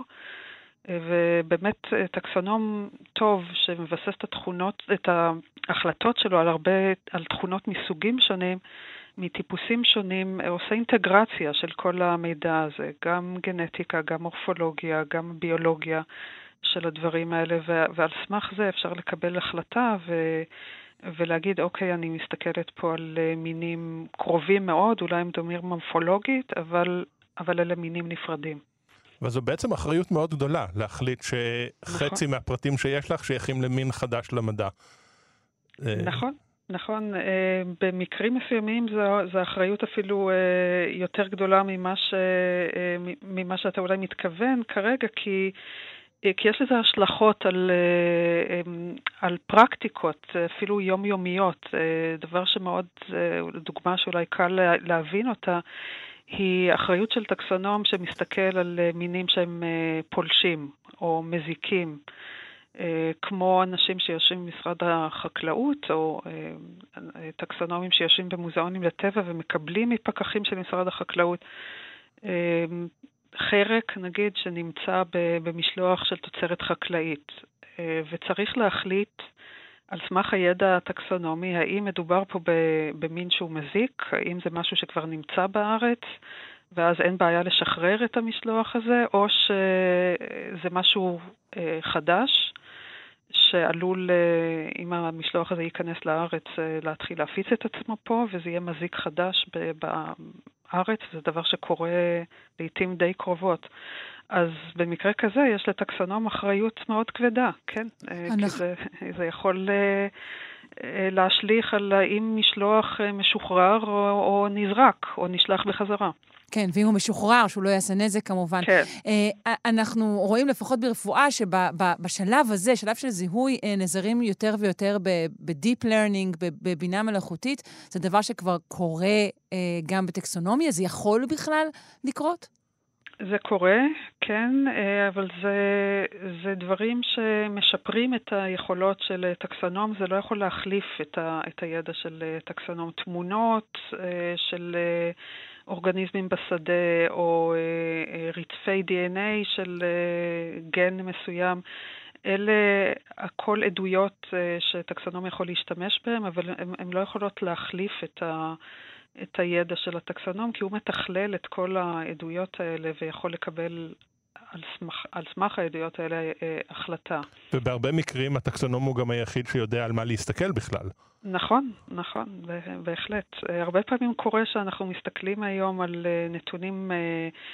ובאמת טקסונום טוב שמבסס את התכונות, את ההחלטות שלו על הרבה, על תכונות מסוגים שונים, מטיפוסים שונים, עושה אינטגרציה של כל המידע הזה, גם גנטיקה, גם מורפולוגיה, גם ביולוגיה של הדברים האלה, ועל סמך זה אפשר לקבל החלטה ו... ולהגיד, אוקיי, אני מסתכלת פה על מינים קרובים מאוד, אולי הם דומים מורפולוגית, אבל, אבל אלה מינים נפרדים. וזו בעצם אחריות מאוד גדולה, להחליט שחצי נכון. מהפרטים שיש לך שייכים למין חדש למדע. נכון, נכון. במקרים מסוימים זו, זו אחריות אפילו יותר גדולה ממה, ש, ממה שאתה אולי מתכוון כרגע, כי, כי יש לזה השלכות על, על פרקטיקות, אפילו יומיומיות, דבר שמאוד, דוגמה שאולי קל להבין אותה, היא אחריות של טקסונום שמסתכל על מינים שהם פולשים או מזיקים, כמו אנשים שיושבים במשרד החקלאות, או טקסונומים שיושבים במוזיאונים לטבע ומקבלים מפקחים של משרד החקלאות. חרק, נגיד, שנמצא במשלוח של תוצרת חקלאית, וצריך להחליט על סמך הידע הטקסונומי, האם מדובר פה במין שהוא מזיק, האם זה משהו שכבר נמצא בארץ, ואז אין בעיה לשחרר את המשלוח הזה, או שזה משהו חדש, שעלול, אם המשלוח הזה ייכנס לארץ, להתחיל להפיץ את עצמו פה, וזה יהיה מזיק חדש בארץ, זה דבר שקורה לעתים די קרובות. אז במקרה כזה יש לטקסונום אחריות מאוד כבדה, כן? אנחנו... כי זה, זה יכול להשליך על האם משלוח משוחרר או, או נזרק, או נשלח בחזרה. כן, ואם הוא משוחרר, שהוא לא יעשה נזק כמובן. כן. אנחנו רואים לפחות ברפואה שבשלב הזה, שלב של זיהוי, נזרים יותר ויותר בדיפ לרנינג, בבינה מלאכותית. זה דבר שכבר קורה גם בטקסונומיה. זה יכול בכלל לקרות? זה קורה, כן, אבל זה, זה דברים שמשפרים את היכולות של טקסונום. זה לא יכול להחליף את, ה, את הידע של טקסונום. תמונות של אורגניזמים בשדה או רצפי די אן איי של גן מסוים, אלה הכל עדויות שטקסונום יכול להשתמש בהם, אבל הן לא יכולות להחליף את ה... את הידע של הטקסונום, כי הוא מתכלל את כל העדויות האלה ויכול לקבל על סמך, על סמך העדויות האלה אה, החלטה. ובהרבה מקרים הטקסונום הוא גם היחיד שיודע על מה להסתכל בכלל. נכון, נכון, בהחלט. הרבה פעמים קורה שאנחנו מסתכלים היום על נתונים אה,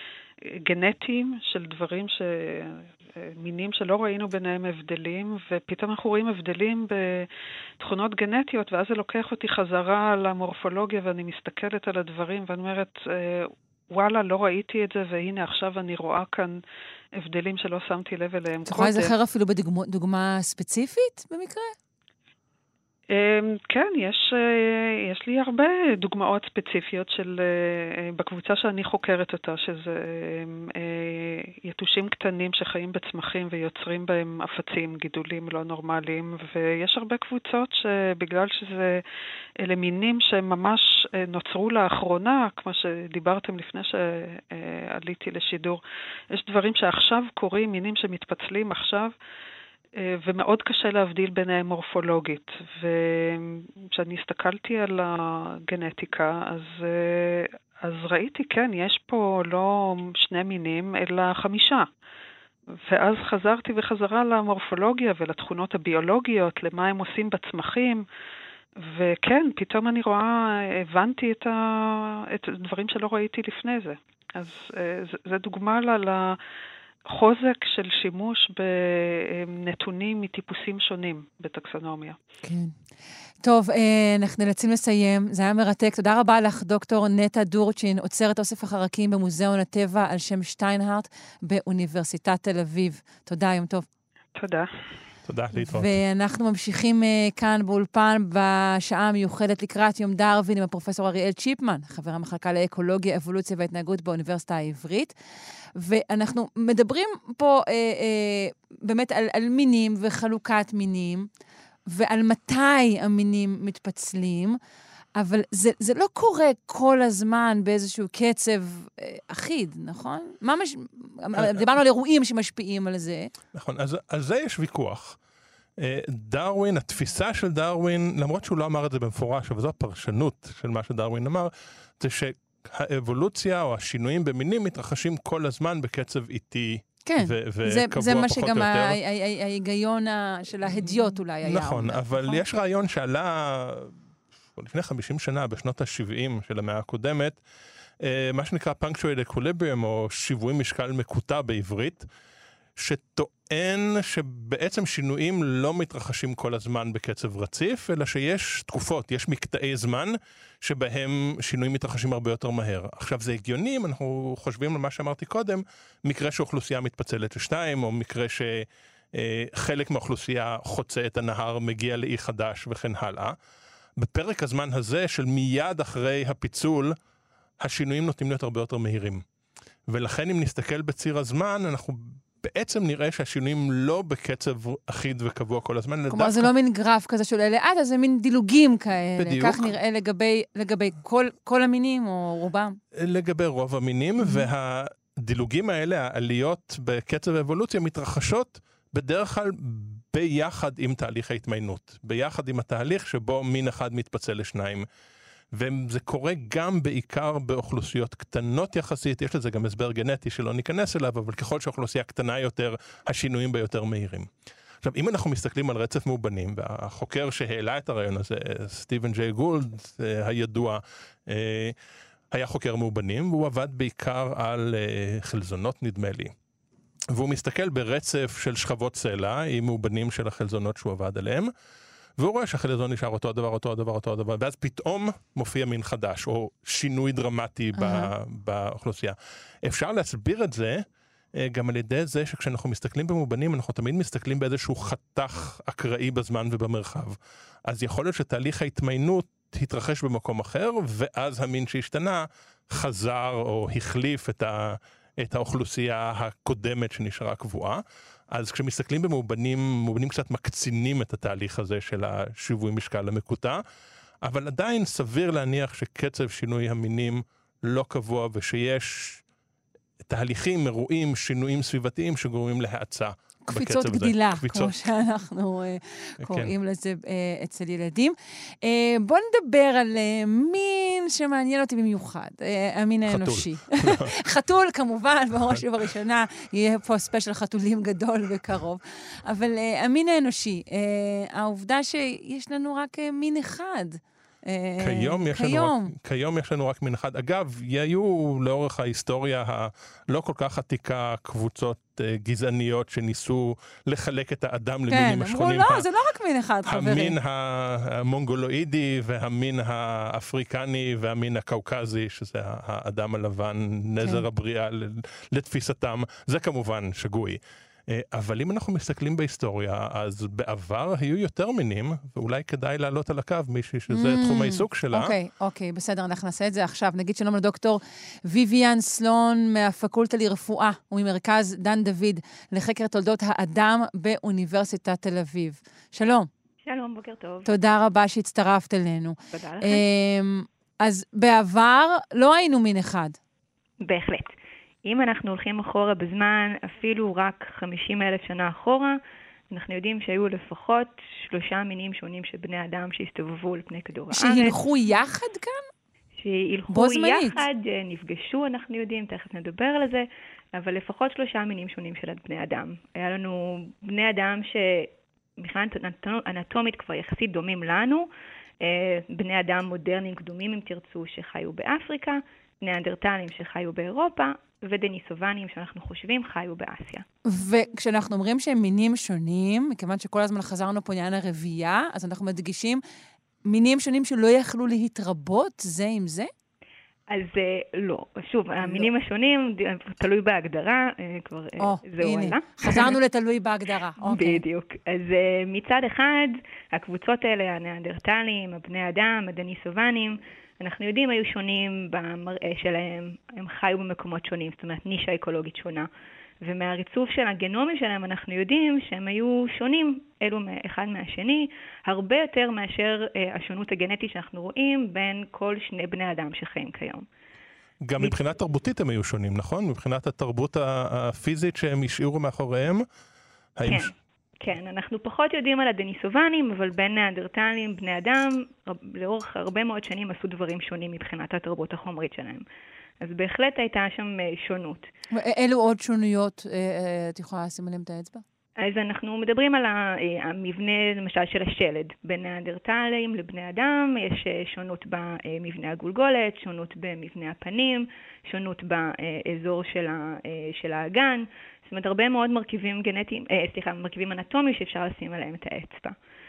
גנטיים של דברים ש... מינים שלא ראינו ביניהם הבדלים, ופתאום אנחנו רואים הבדלים בתכונות גנטיות, ואז זה לוקח אותי חזרה למורפולוגיה, ואני מסתכלת על הדברים, ואני אומרת, וואלה, לא ראיתי את זה, והנה עכשיו אני רואה כאן הבדלים שלא שמתי לב אליהם קודם. אתה יכול לזכר אפילו בדוגמה ספציפית במקרה? כן, יש, יש לי הרבה דוגמאות ספציפיות של, בקבוצה שאני חוקרת אותה, שזה יתושים קטנים שחיים בצמחים ויוצרים בהם אפצים, גידולים לא נורמליים, ויש הרבה קבוצות שבגלל שזה אלה מינים שממש נוצרו לאחרונה, כמו שדיברתם לפני שעליתי לשידור, יש דברים שעכשיו קורים, מינים שמתפצלים עכשיו, ומאוד קשה להבדיל ביניהם מורפולוגית. וכשאני הסתכלתי על הגנטיקה, אז, אז ראיתי, כן, יש פה לא שני מינים, אלא חמישה. ואז חזרתי וחזרה למורפולוגיה ולתכונות הביולוגיות, למה הם עושים בצמחים, וכן, פתאום אני רואה, הבנתי את, ה, את הדברים שלא ראיתי לפני זה. אז זה דוגמה ל... חוזק של שימוש בנתונים מטיפוסים שונים בטקסונומיה. כן. טוב, אנחנו נאלצים לסיים. זה היה מרתק. תודה רבה לך, דוקטור נטע דורצ'ין, אוצרת אוסף החרקים במוזיאון הטבע על שם שטיינהרט באוניברסיטת תל אביב. תודה, יום טוב. תודה. תודה, להתראות. ואנחנו ממשיכים כאן באולפן בשעה המיוחדת לקראת יום דרווין עם הפרופסור אריאל צ'יפמן, חבר המחלקה לאקולוגיה, אבולוציה והתנהגות באוניברסיטה העברית. ואנחנו מדברים פה אה, אה, באמת על, על מינים וחלוקת מינים, ועל מתי המינים מתפצלים, אבל זה, זה לא קורה כל הזמן באיזשהו קצב אה, אחיד, נכון? מה מש... דיברנו על אירועים שמשפיעים על זה. נכון, אז על זה יש ויכוח. דרווין, התפיסה של דרווין, למרות שהוא לא אמר את זה במפורש, אבל זו הפרשנות של מה שדרווין אמר, זה שהאבולוציה או השינויים במינים מתרחשים כל הזמן בקצב איטי. כן, ו- זה, זה מה שגם ההיגיון של ההדיות אולי היה. נכון, אומר, אבל נכון? יש רעיון שעלה לפני חמישים שנה, בשנות ה-שבעים של המאה הקודמת, מה שנקרא punctuated equilibrium, או שיווי משקל מקוטע בעברית, שטוען שבעצם שינויים לא מתרחשים כל הזמן בקצב רציף, אלא שיש תקופות, יש מקטעי זמן שבהם שינויים מתרחשים הרבה יותר מהר. עכשיו זה הגיוני, אם אנחנו חושבים על מה שאמרתי קודם, מקרה שאוכלוסייה מתפצלת לשתיים, או מקרה שחלק מהאוכלוסייה חוצה את הנהר, מגיע לאי חדש וכן הלאה. בפרק הזמן הזה של מיד אחרי הפיצול, השינויים נוטים להיות הרבה יותר מהירים. ולכן אם נסתכל בציר הזמן, אנחנו בעצם נראה שהשינויים לא בקצב אחיד וקבוע כל הזמן. כלומר, דווקא... זה לא מין גרף כזה של לאט, אז זה מין דילוגים כאלה. בדיוק. כך נראה לגבי, לגבי כל, כל המינים או רובם. לגבי רוב המינים, mm-hmm. והדילוגים האלה, העליות בקצב האבולוציה, מתרחשות בדרך כלל ביחד עם תהליך ההתמיינות. ביחד עם התהליך שבו מין אחד מתפצל לשניים. וזה קורה גם בעיקר באוכלוסיות קטנות יחסית, יש לזה גם הסבר גנטי שלא ניכנס אליו, אבל ככל שהאוכלוסייה קטנה יותר, השינויים ביותר מהירים. עכשיו, אם אנחנו מסתכלים על רצף מאובנים, והחוקר שהעלה את הרעיון הזה, סטיבן ג'יי גולד, הידוע, היה חוקר מאובנים, והוא עבד בעיקר על חלזונות, נדמה לי. והוא מסתכל ברצף של שכבות סלע, עם מאובנים של החלזונות שהוא עבד עליהם, והוא רואה שהחלזון נשאר אותו הדבר, אותו הדבר, אותו הדבר, ואז פתאום מופיע מין חדש, או שינוי דרמטי באוכלוסייה. אפשר להסביר את זה גם על ידי זה שכשאנחנו מסתכלים במאובנים, אנחנו תמיד מסתכלים באיזשהו חתך אקראי בזמן ובמרחב. אז יכול להיות שתהליך ההתמיינות התרחש במקום אחר, ואז המין שהשתנה חזר או החליף את ה... את האוכלוסייה הקודמת שנשארה קבועה. אז כשמסתכלים במאובנים, מאובנים קצת מקצינים את התהליך הזה של השיווי משקל המקוטע, אבל עדיין סביר להניח שקצב שינוי המינים לא קבוע, ושיש תהליכים, אירועים, שינויים סביבתיים שגורמים להאצה. קפיצות גדילה, כמו שאנחנו קוראים לזה אצל ילדים. בואו נדבר על מין שמעניין אותי במיוחד, המין האנושי. חתול, כמובן, בראש ובראשונה, יהיה פה ספיישל חתולים גדול וקרוב. אבל המין האנושי, העובדה שיש לנו רק מין אחד, כיום יש, כיום. לנו רק, כיום יש לנו רק מין אחד. אגב, היו לאורך ההיסטוריה הלא כל כך עתיקה קבוצות גזעניות שניסו לחלק את האדם כן, למינים השכונים. כן, אמרו לא, זה לא רק מין אחד, חברים. המין המונגולואידי והמין האפריקני והמין הקאוקזי, שזה האדם הלבן, נזר כן. הבריאה לתפיסתם. זה כמובן שגוי. אבל אם אנחנו מסתכלים בהיסטוריה, אז בעבר היו יותר מינים, ואולי כדאי לעלות על הקו מישהי שזה mm, תחום העיסוק שלה. אוקיי, אוקיי, בסדר, אנחנו נעשה את זה עכשיו. נגיד שלום לדוקטור ויויאן סלון מהפקולטה לרפואה וממרכז דן דוד לחקר תולדות האדם באוניברסיטת תל אביב. שלום. שלום, בוקר טוב. תודה רבה שהצטרפת אלינו. תודה לכם. אז בעבר לא היינו מין אחד. בהחלט. אם אנחנו הולכים אחורה בזמן, אפילו רק חמישים אלף שנה אחורה, אנחנו יודעים שהיו לפחות שלושה מינים שונים של בני אדם שהסתובבו על פני כדור הארץ. שהילכו יחד כאן? שהילכו יחד, נפגשו, אנחנו יודעים, תכף נדבר על זה, אבל לפחות שלושה מינים שונים של בני אדם. היה לנו בני אדם שמבחינה אנטומית כבר יחסית דומים לנו, בני אדם מודרניים קדומים אם תרצו שחיו באפריקה, ניאנדרטלים שחיו באירופה, ודניסובנים שאנחנו חושבים חיו באסיה. וכשאנחנו אומרים שהם מינים שונים, מכיוון שכל הזמן חזרנו פה עניין הרבייה, אז אנחנו מדגישים מינים שונים שלא יכלו להתרבות זה עם זה? אז לא. שוב, המינים השונים תלוי בהגדרה, כבר זה עולה. חזרנו לתלוי בהגדרה. בדיוק. אז מצד אחד, הקבוצות האלה, הניאנדרטלים, הבני אדם, הדניסובנים, אנחנו יודעים היו שונים במראה שלהם, הם חיו במקומות שונים, זאת אומרת נישה אקולוגית שונה. ומהריצוף של הגנומים שלהם אנחנו יודעים שהם היו שונים אלו אחד מהשני, הרבה יותר מאשר אה, השונות הגנטית שאנחנו רואים בין כל שני בני אדם שחיים כיום. גם מבחינת תרבותית הם היו שונים, נכון? מבחינת התרבות הפיזית שהם השאירו מאחוריהם? כן. ש... כן, אנחנו פחות יודעים על הדניסובנים, אבל בין ניאנדרטלים, בני אדם, לאורך הרבה מאוד שנים עשו דברים שונים מבחינת התרבות החומרית שלהם. אז בהחלט הייתה שם שונות. אילו עוד שונויות את יכולה לשים עליהם את האצבע? אז אנחנו מדברים על המבנה, למשל, של השלד. בין ניאנדרטלים לבני אדם יש שונות במבנה הגולגולת, שונות במבנה הפנים, שונות באזור של האגן. זאת אומרת, הרבה מאוד מרכיבים גנטיים, אה, סליחה, מרכיבים אנטומיים שאפשר לשים עליהם את האצבע.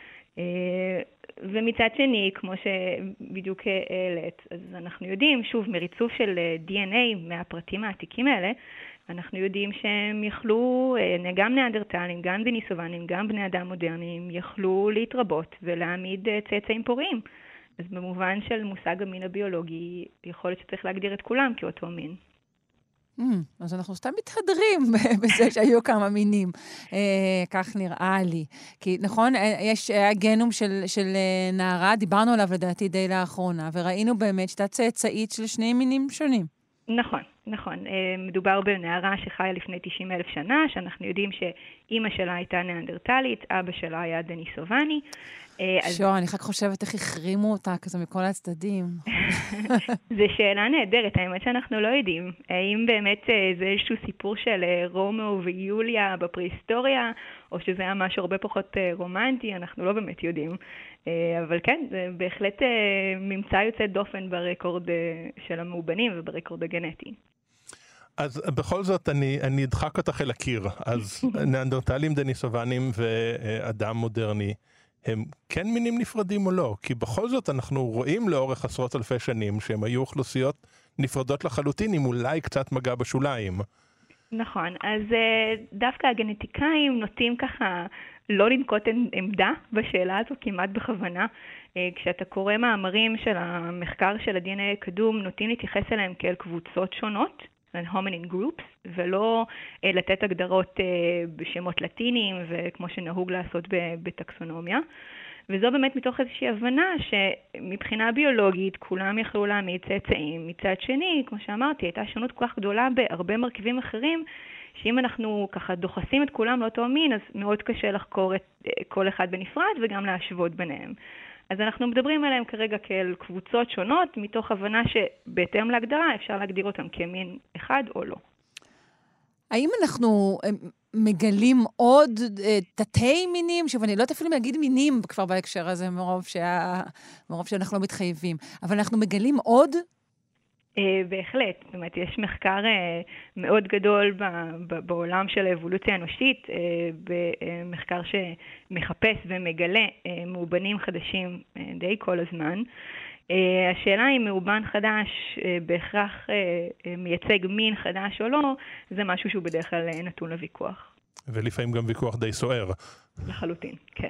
אה, ומצד שני, כמו שבדיוק העלית, אז אנחנו יודעים, שוב, מריצוף של די אן איי מהפרטים העתיקים האלה, אנחנו יודעים שהם יכלו, גם ניאנדרטלים, גם דניסובנים, גם בני אדם מודרניים, יכלו להתרבות ולהעמיד צאצאים פוריים. אז במובן של מושג המין הביולוגי, יכול להיות שצריך להגדיר את כולם כאותו מין. Mm, אז אנחנו סתם מתהדרים בזה שהיו כמה מינים. אה, כך נראה לי. כי נכון, יש הגנום של, של נערה, דיברנו עליו לדעתי די לאחרונה, וראינו באמת שאתה צאצאית של שני מינים שונים. נכון, נכון. מדובר בנערה שחיה לפני תשעים אלף שנה, שאנחנו יודעים שאימא שלה הייתה ניאנדרטלית, אבא שלה היה דניסובני. שו, אני רק חושבת איך החרימו אותה כזה מכל הצדדים. זו שאלה נהדרת, האמת שאנחנו לא יודעים. האם באמת זה איזשהו סיפור של רומאו ויוליה בפרהיסטוריה, או שזה היה משהו הרבה פחות רומנטי, אנחנו לא באמת יודעים. אבל כן, זה בהחלט ממצא יוצא דופן ברקורד של המאובנים וברקורד הגנטי. אז בכל זאת אני, אני אדחק אותך אל הקיר. אז ניאנדרטלים, דניסובנים ואדם מודרני, הם כן מינים נפרדים או לא? כי בכל זאת אנחנו רואים לאורך עשרות אלפי שנים שהם היו אוכלוסיות נפרדות לחלוטין, עם אולי קצת מגע בשוליים. נכון, אז דווקא הגנטיקאים נוטים ככה לא לנקוט עמדה בשאלה הזו כמעט בכוונה. כשאתה קורא מאמרים של המחקר של ה-די אן איי הקדום, נוטים להתייחס אליהם כאל קבוצות שונות, hominid groups, ולא לתת הגדרות בשמות לטיניים, וכמו שנהוג לעשות בטקסונומיה. וזו באמת מתוך איזושהי הבנה שמבחינה ביולוגית כולם יכלו להעמיד צאצאים. מצד שני, כמו שאמרתי, הייתה שונות כל כך גדולה בהרבה מרכיבים אחרים, שאם אנחנו ככה דוחסים את כולם לאותו מין, אז מאוד קשה לחקור את כל אחד בנפרד וגם להשוות ביניהם. אז אנחנו מדברים עליהם כרגע כאל קבוצות שונות, מתוך הבנה שבהתאם להגדרה אפשר להגדיר אותם כמין אחד או לא. האם אנחנו מגלים עוד תתי מינים, שוב, אני לא יודעת אפילו להגיד מינים כבר בהקשר הזה, מרוב, שה... מרוב שאנחנו לא מתחייבים, אבל אנחנו מגלים עוד? בהחלט, זאת אומרת, יש מחקר מאוד גדול בעולם של האבולוציה האנושית, במחקר שמחפש ומגלה מאובנים חדשים די כל הזמן. השאלה אם מאובן חדש בהכרח מייצג מין חדש או לא, זה משהו שהוא בדרך כלל נתון לוויכוח. ולפעמים גם ויכוח די סוער. לחלוטין, כן.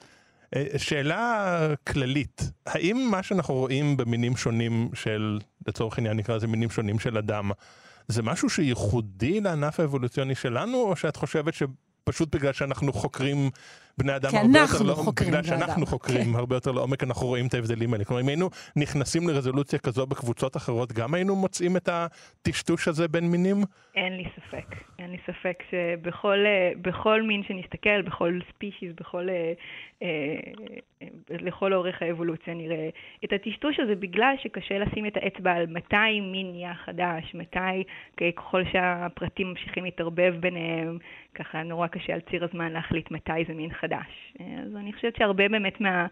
שאלה כללית, האם מה שאנחנו רואים במינים שונים של, לצורך העניין נקרא זה מינים שונים של אדם, זה משהו שייחודי לענף האבולוציוני שלנו, או שאת חושבת שפשוט בגלל שאנחנו חוקרים בני אדם הרבה יותר לעומק, בגלל שאנחנו חוקרים הרבה יותר לעומק, אנחנו רואים את ההבדלים האלה. כלומר, אם היינו נכנסים לרזולוציה כזו בקבוצות אחרות, גם היינו מוצאים את הטשטוש הזה בין מינים? אין לי ספק. אין לי ספק שבכל בכל מין שנסתכל, בכל ספישיז, בכל לכל אורך האבולוציה נראה את הטשטוש הזה, בגלל שקשה לשים את האצבע על מתי מין נהיה חדש, מתי ככל שהפרטים ממשיכים להתערבב ביניהם, ככה נורא קשה על ציר הזמן להחליט מתי זה מין חדש. אז אני חושבת שהרבה באמת מה,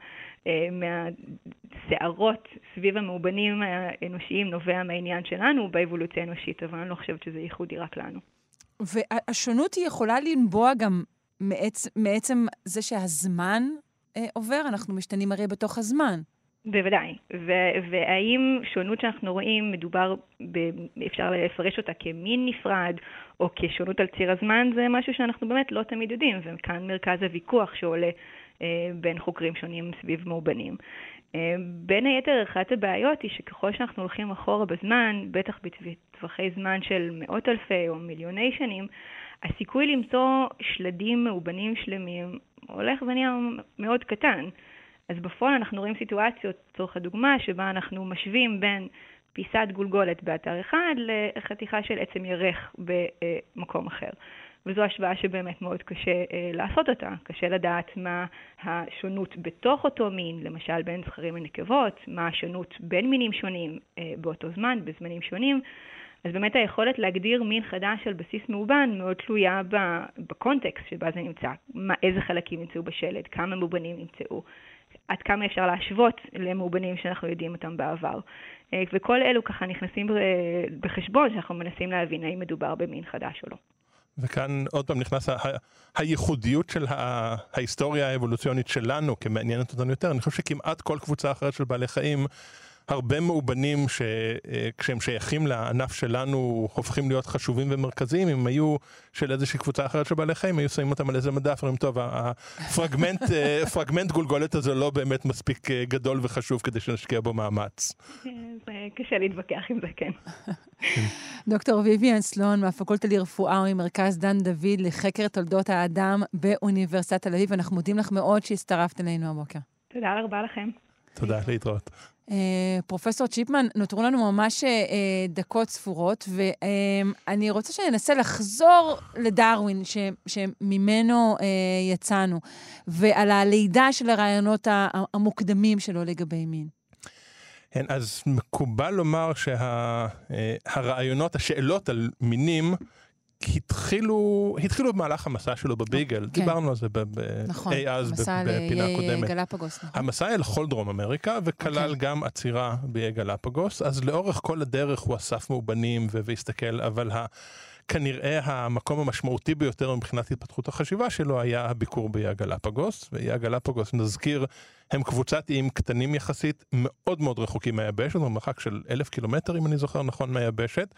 מהסערות סביב המאובנים האנושיים נובע מהעניין שלנו באבולוציה האנושית, אבל אני לא חושבת שזה ייחודי רק לנו. והשונות היא יכולה לנבוע גם מעצ... מעצם זה שהזמן אה, עובר, אנחנו משתנים הרי בתוך הזמן. בוודאי. ו- והאם שונות שאנחנו רואים מדובר, ב- אפשר לפרש אותה כמין נפרד, או כשונות על ציר הזמן, זה משהו שאנחנו באמת לא תמיד יודעים, וכאן מרכז הוויכוח שעולה אה, בין חוקרים שונים סביב מאובנים. אה, בין היתר, אחת הבעיות היא שככל שאנחנו הולכים אחורה בזמן, בטח בטווחי זמן של מאות אלפי או מיליוני שנים, הסיכוי למצוא שלדים מאובנים שלמים הולך ונהיה מאוד קטן. אז בפועל אנחנו רואים סיטואציות, צורך הדוגמה, שבה אנחנו משווים בין פיסת גולגולת באתר אחד לחתיכה של עצם ירך במקום אחר. וזו השוואה שבאמת מאוד קשה לעשות אותה. קשה לדעת מה השונות בתוך אותו מין, למשל בין זכרים לנקבות, מה השונות בין מינים שונים באותו זמן, בזמנים שונים. אז באמת היכולת להגדיר מין חדש על בסיס מאובן מאוד תלויה בקונטקסט שבה זה נמצא. מה, איזה חלקים נמצאו בשלד, כמה מאובנים נמצאו, עד כמה אפשר להשוות למאובנים שאנחנו יודעים אותם בעבר. וכל אלו ככה נכנסים בחשבון שאנחנו מנסים להבין האם מדובר במין חדש או לא. וכאן עוד פעם נכנס ה- הייחודיות של ה- ההיסטוריה האבולוציונית שלנו כמעניינת אותנו יותר. אני חושב שכמעט כל קבוצה אחרת של בעלי חיים, הרבה מאובנים שכשהם שייכים לענף שלנו הופכים להיות חשובים ומרכזיים, אם היו של איזושהי קבוצה אחרת של בעלי חיים, היו שמים אותם על איזה מדף, אומרים, טוב, הפרגמנט, פרגמנט גולגולת הזה לא באמת מספיק גדול וחשוב כדי שנשקיע בו מאמץ. זה קשה להתווכח עם זה, כן. דוקטור ויויאן סלון מהפקולטה לרפואה וממרכז דן דוד לחקר תולדות האדם באוניברסיטת תל אביב. אנחנו מודים לך מאוד שהצטרפת אלינו הבוקר. תודה רבה לכם. תודה, להתראות. פרופסור צ'יפמן, נותרו לנו ממש דקות ספורות, ואני רוצה שננסה לחזור לדרווין, שממנו יצאנו, ועל הלידה של הרעיונות המוקדמים שלו לגבי מין. כן, אז מקובל לומר שהרעיונות, השאלות על מינים, התחילו, התחילו במהלך המסע שלו בביגל. דיברנו על זה אי אז בפינה הקודמת. המסע אל כל דרום אמריקה, וכלל גם עצירה באיי גלפגוס. אז לאורך כל הדרך הוא אסף מאובנים והסתכל, אבל כנראה המקום המשמעותי ביותר מבחינת התפתחות החשיבה שלו היה הביקור באיי גלפגוס. ואיי גלפגוס, נזכיר, הם קבוצת איים קטנים יחסית, מאוד מאוד רחוקים מהיבשת, במרחק של אלף קילומטר, אם אני זוכר נכון, מהיבשת.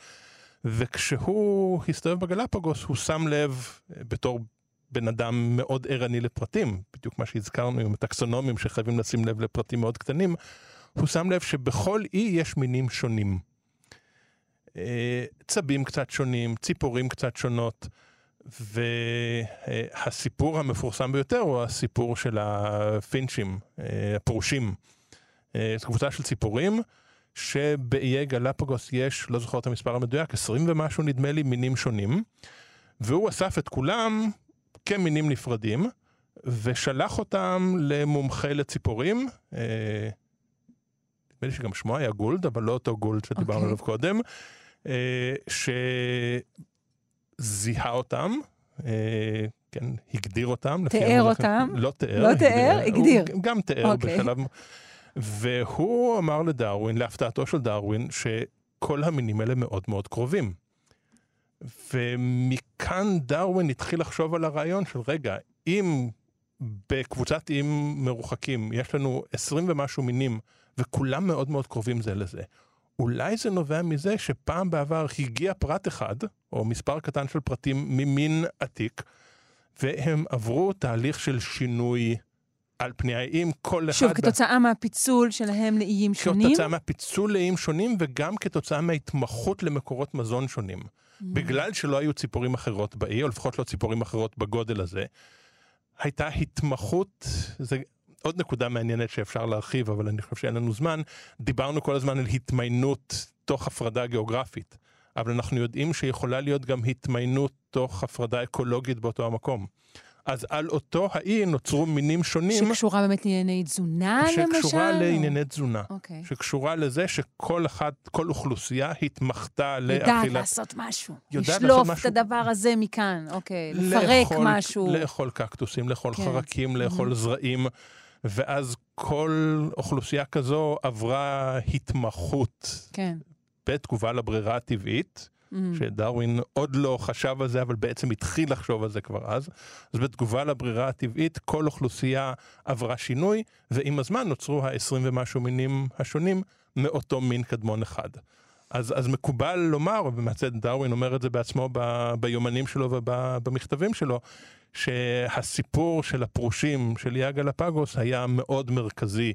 וכשהוא הסתובב בגלפגוס, הוא שם לב בתור בן אדם מאוד ערני לפרטים, בדיוק מה שהזכרנו עם הטקסונומים שחייבים לשים לב לפרטים מאוד קטנים, הוא שם לב שבכל אי יש מינים שונים. צבים קצת שונים, ציפורים קצת שונות, והסיפור המפורסם ביותר הוא הסיפור של הפינצ'ים, הפרושים. זו קבוצה של ציפורים, שבאיי גלפגוס יש, לא זוכר את המספר המדויק, עשרים ומשהו נדמה לי מינים שונים, והוא אסף את כולם כמינים נפרדים, ושלח אותם למומחה לציפורים, נדמה לי שגם שמו היה גולד, אבל לא אותו גולד שדיברנו עליו קודם, זיהה אותם, כן, הגדיר אותם. תיאר אותם? לא תיאר. לא תיאר, הגדיר. גם תיאר בשלב. והוא אמר לדרווין, להפתעתו של דרווין, שכל המינים האלה מאוד מאוד קרובים. ומכאן דרווין התחיל לחשוב על הרעיון של רגע, אם בקבוצת איים מרוחקים יש לנו עשרים ומשהו מינים, וכולם מאוד מאוד קרובים זה לזה, אולי זה נובע מזה שפעם בעבר הגיע פרט אחד, או מספר קטן של פרטים ממין עתיק, והם עברו תהליך של שינוי על פני האיים, כל אחד... שוב, כתוצאה מהפיצול שלהם לאיים שונים? כתוצאה מהפיצול לאיים שונים, וגם כתוצאה מההתמחות למקורות מזון שונים. בגלל שלא היו ציפורים אחרות באי, או לפחות לא ציפורים אחרות בגודל הזה, הייתה התמחות, זה עוד נקודה מעניינת שאפשר להרחיב, אבל אני חושב שאין לנו זמן, דיברנו כל הזמן על התמיינות תוך הפרדה גיאוגרפית, אבל אנחנו יודעים שיכולה להיות גם התמיינות תוך הפרדה אקולוגית באותו המקום. אז על אותו האי נוצרו מינים שונים. שקשורה באמת לענייני תזונה, למשל? שקשורה לענייני תזונה. אוקיי. שקשורה לזה שכל אחד, כל אוכלוסייה התמחתה לאכילת... יודעת לעשות משהו. לשלוף את הדבר הזה מכאן, אוקיי. לפרק משהו. לאכול קקטוסים, לאכול חרקים, לאכול זרעים. ואז כל אוכלוסייה כזו עברה התמחות. כן. בתגובה לברירה הטבעית. שדרווין עוד לא חשב על זה, אבל בעצם התחיל לחשוב על זה כבר אז. אז בתגובה לברירה הטבעית, כל אוכלוסייה עברה שינוי, ועם הזמן נוצרו ה-עשרים ומשהו מינים השונים מאותו מין קדמון אחד. אז, אז מקובל לומר, ובמצד דרווין אומר את זה בעצמו ב, ביומנים שלו ובמכתבים שלו, שהסיפור של הפרושים של איי גלפגוס היה מאוד מרכזי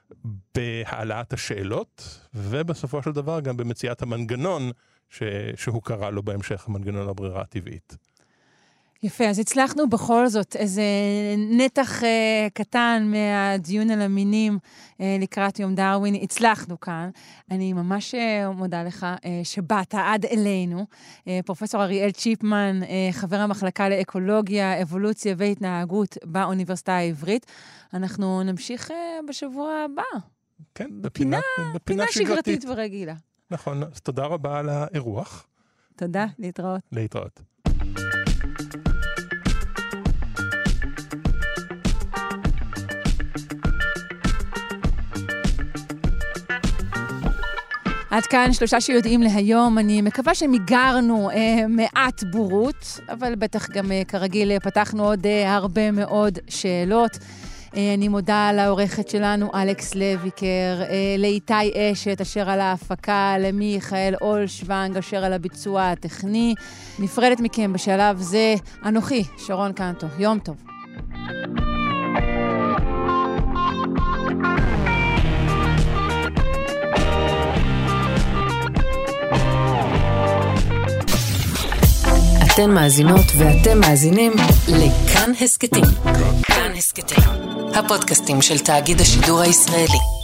בהעלאת השאלות, ובסופו של דבר גם במציאת המנגנון ש... שהוא קרא לו בהמשך המנגנון הברירה הטבעית. יפה, אז הצלחנו בכל זאת איזה נתח אה, קטן מהדיון על המינים אה, לקראת יום דרווין, הצלחנו כאן. אני ממש אה, מודה לך אה, שבאת עד אלינו. אה, פרופסור אריאל צ'יפמן, אה, חבר המחלקה לאקולוגיה, אבולוציה והתנהגות באוניברסיטה העברית. אנחנו נמשיך אה, בשבוע הבא. כן, בפינה, בפינה, בפינה בפינה שגרתית ורגילה. נכון, אז תודה רבה על האירוח. תודה, להתראות. להתראות. עד כאן שלושה שיודעים להיום. אני מקווה שמיגרנו אה, מעט בורות, אבל בטח גם אה, כרגיל פתחנו עוד אה, הרבה מאוד שאלות. אני מודה לעורכת שלנו, אלכס לויקר, לאיתי אשת, אשר על ההפקה, למיכאל אולשוונג, אשר על הביצוע הטכני. נפרדת מכם בשלב זה, אנוכי, שרון קנטו. יום טוב. אתן מאזינות ואתם מאזינים לכאן הסקטים. כאן הסקטים. הפודקאסטים של תאגיד השידור הישראלי.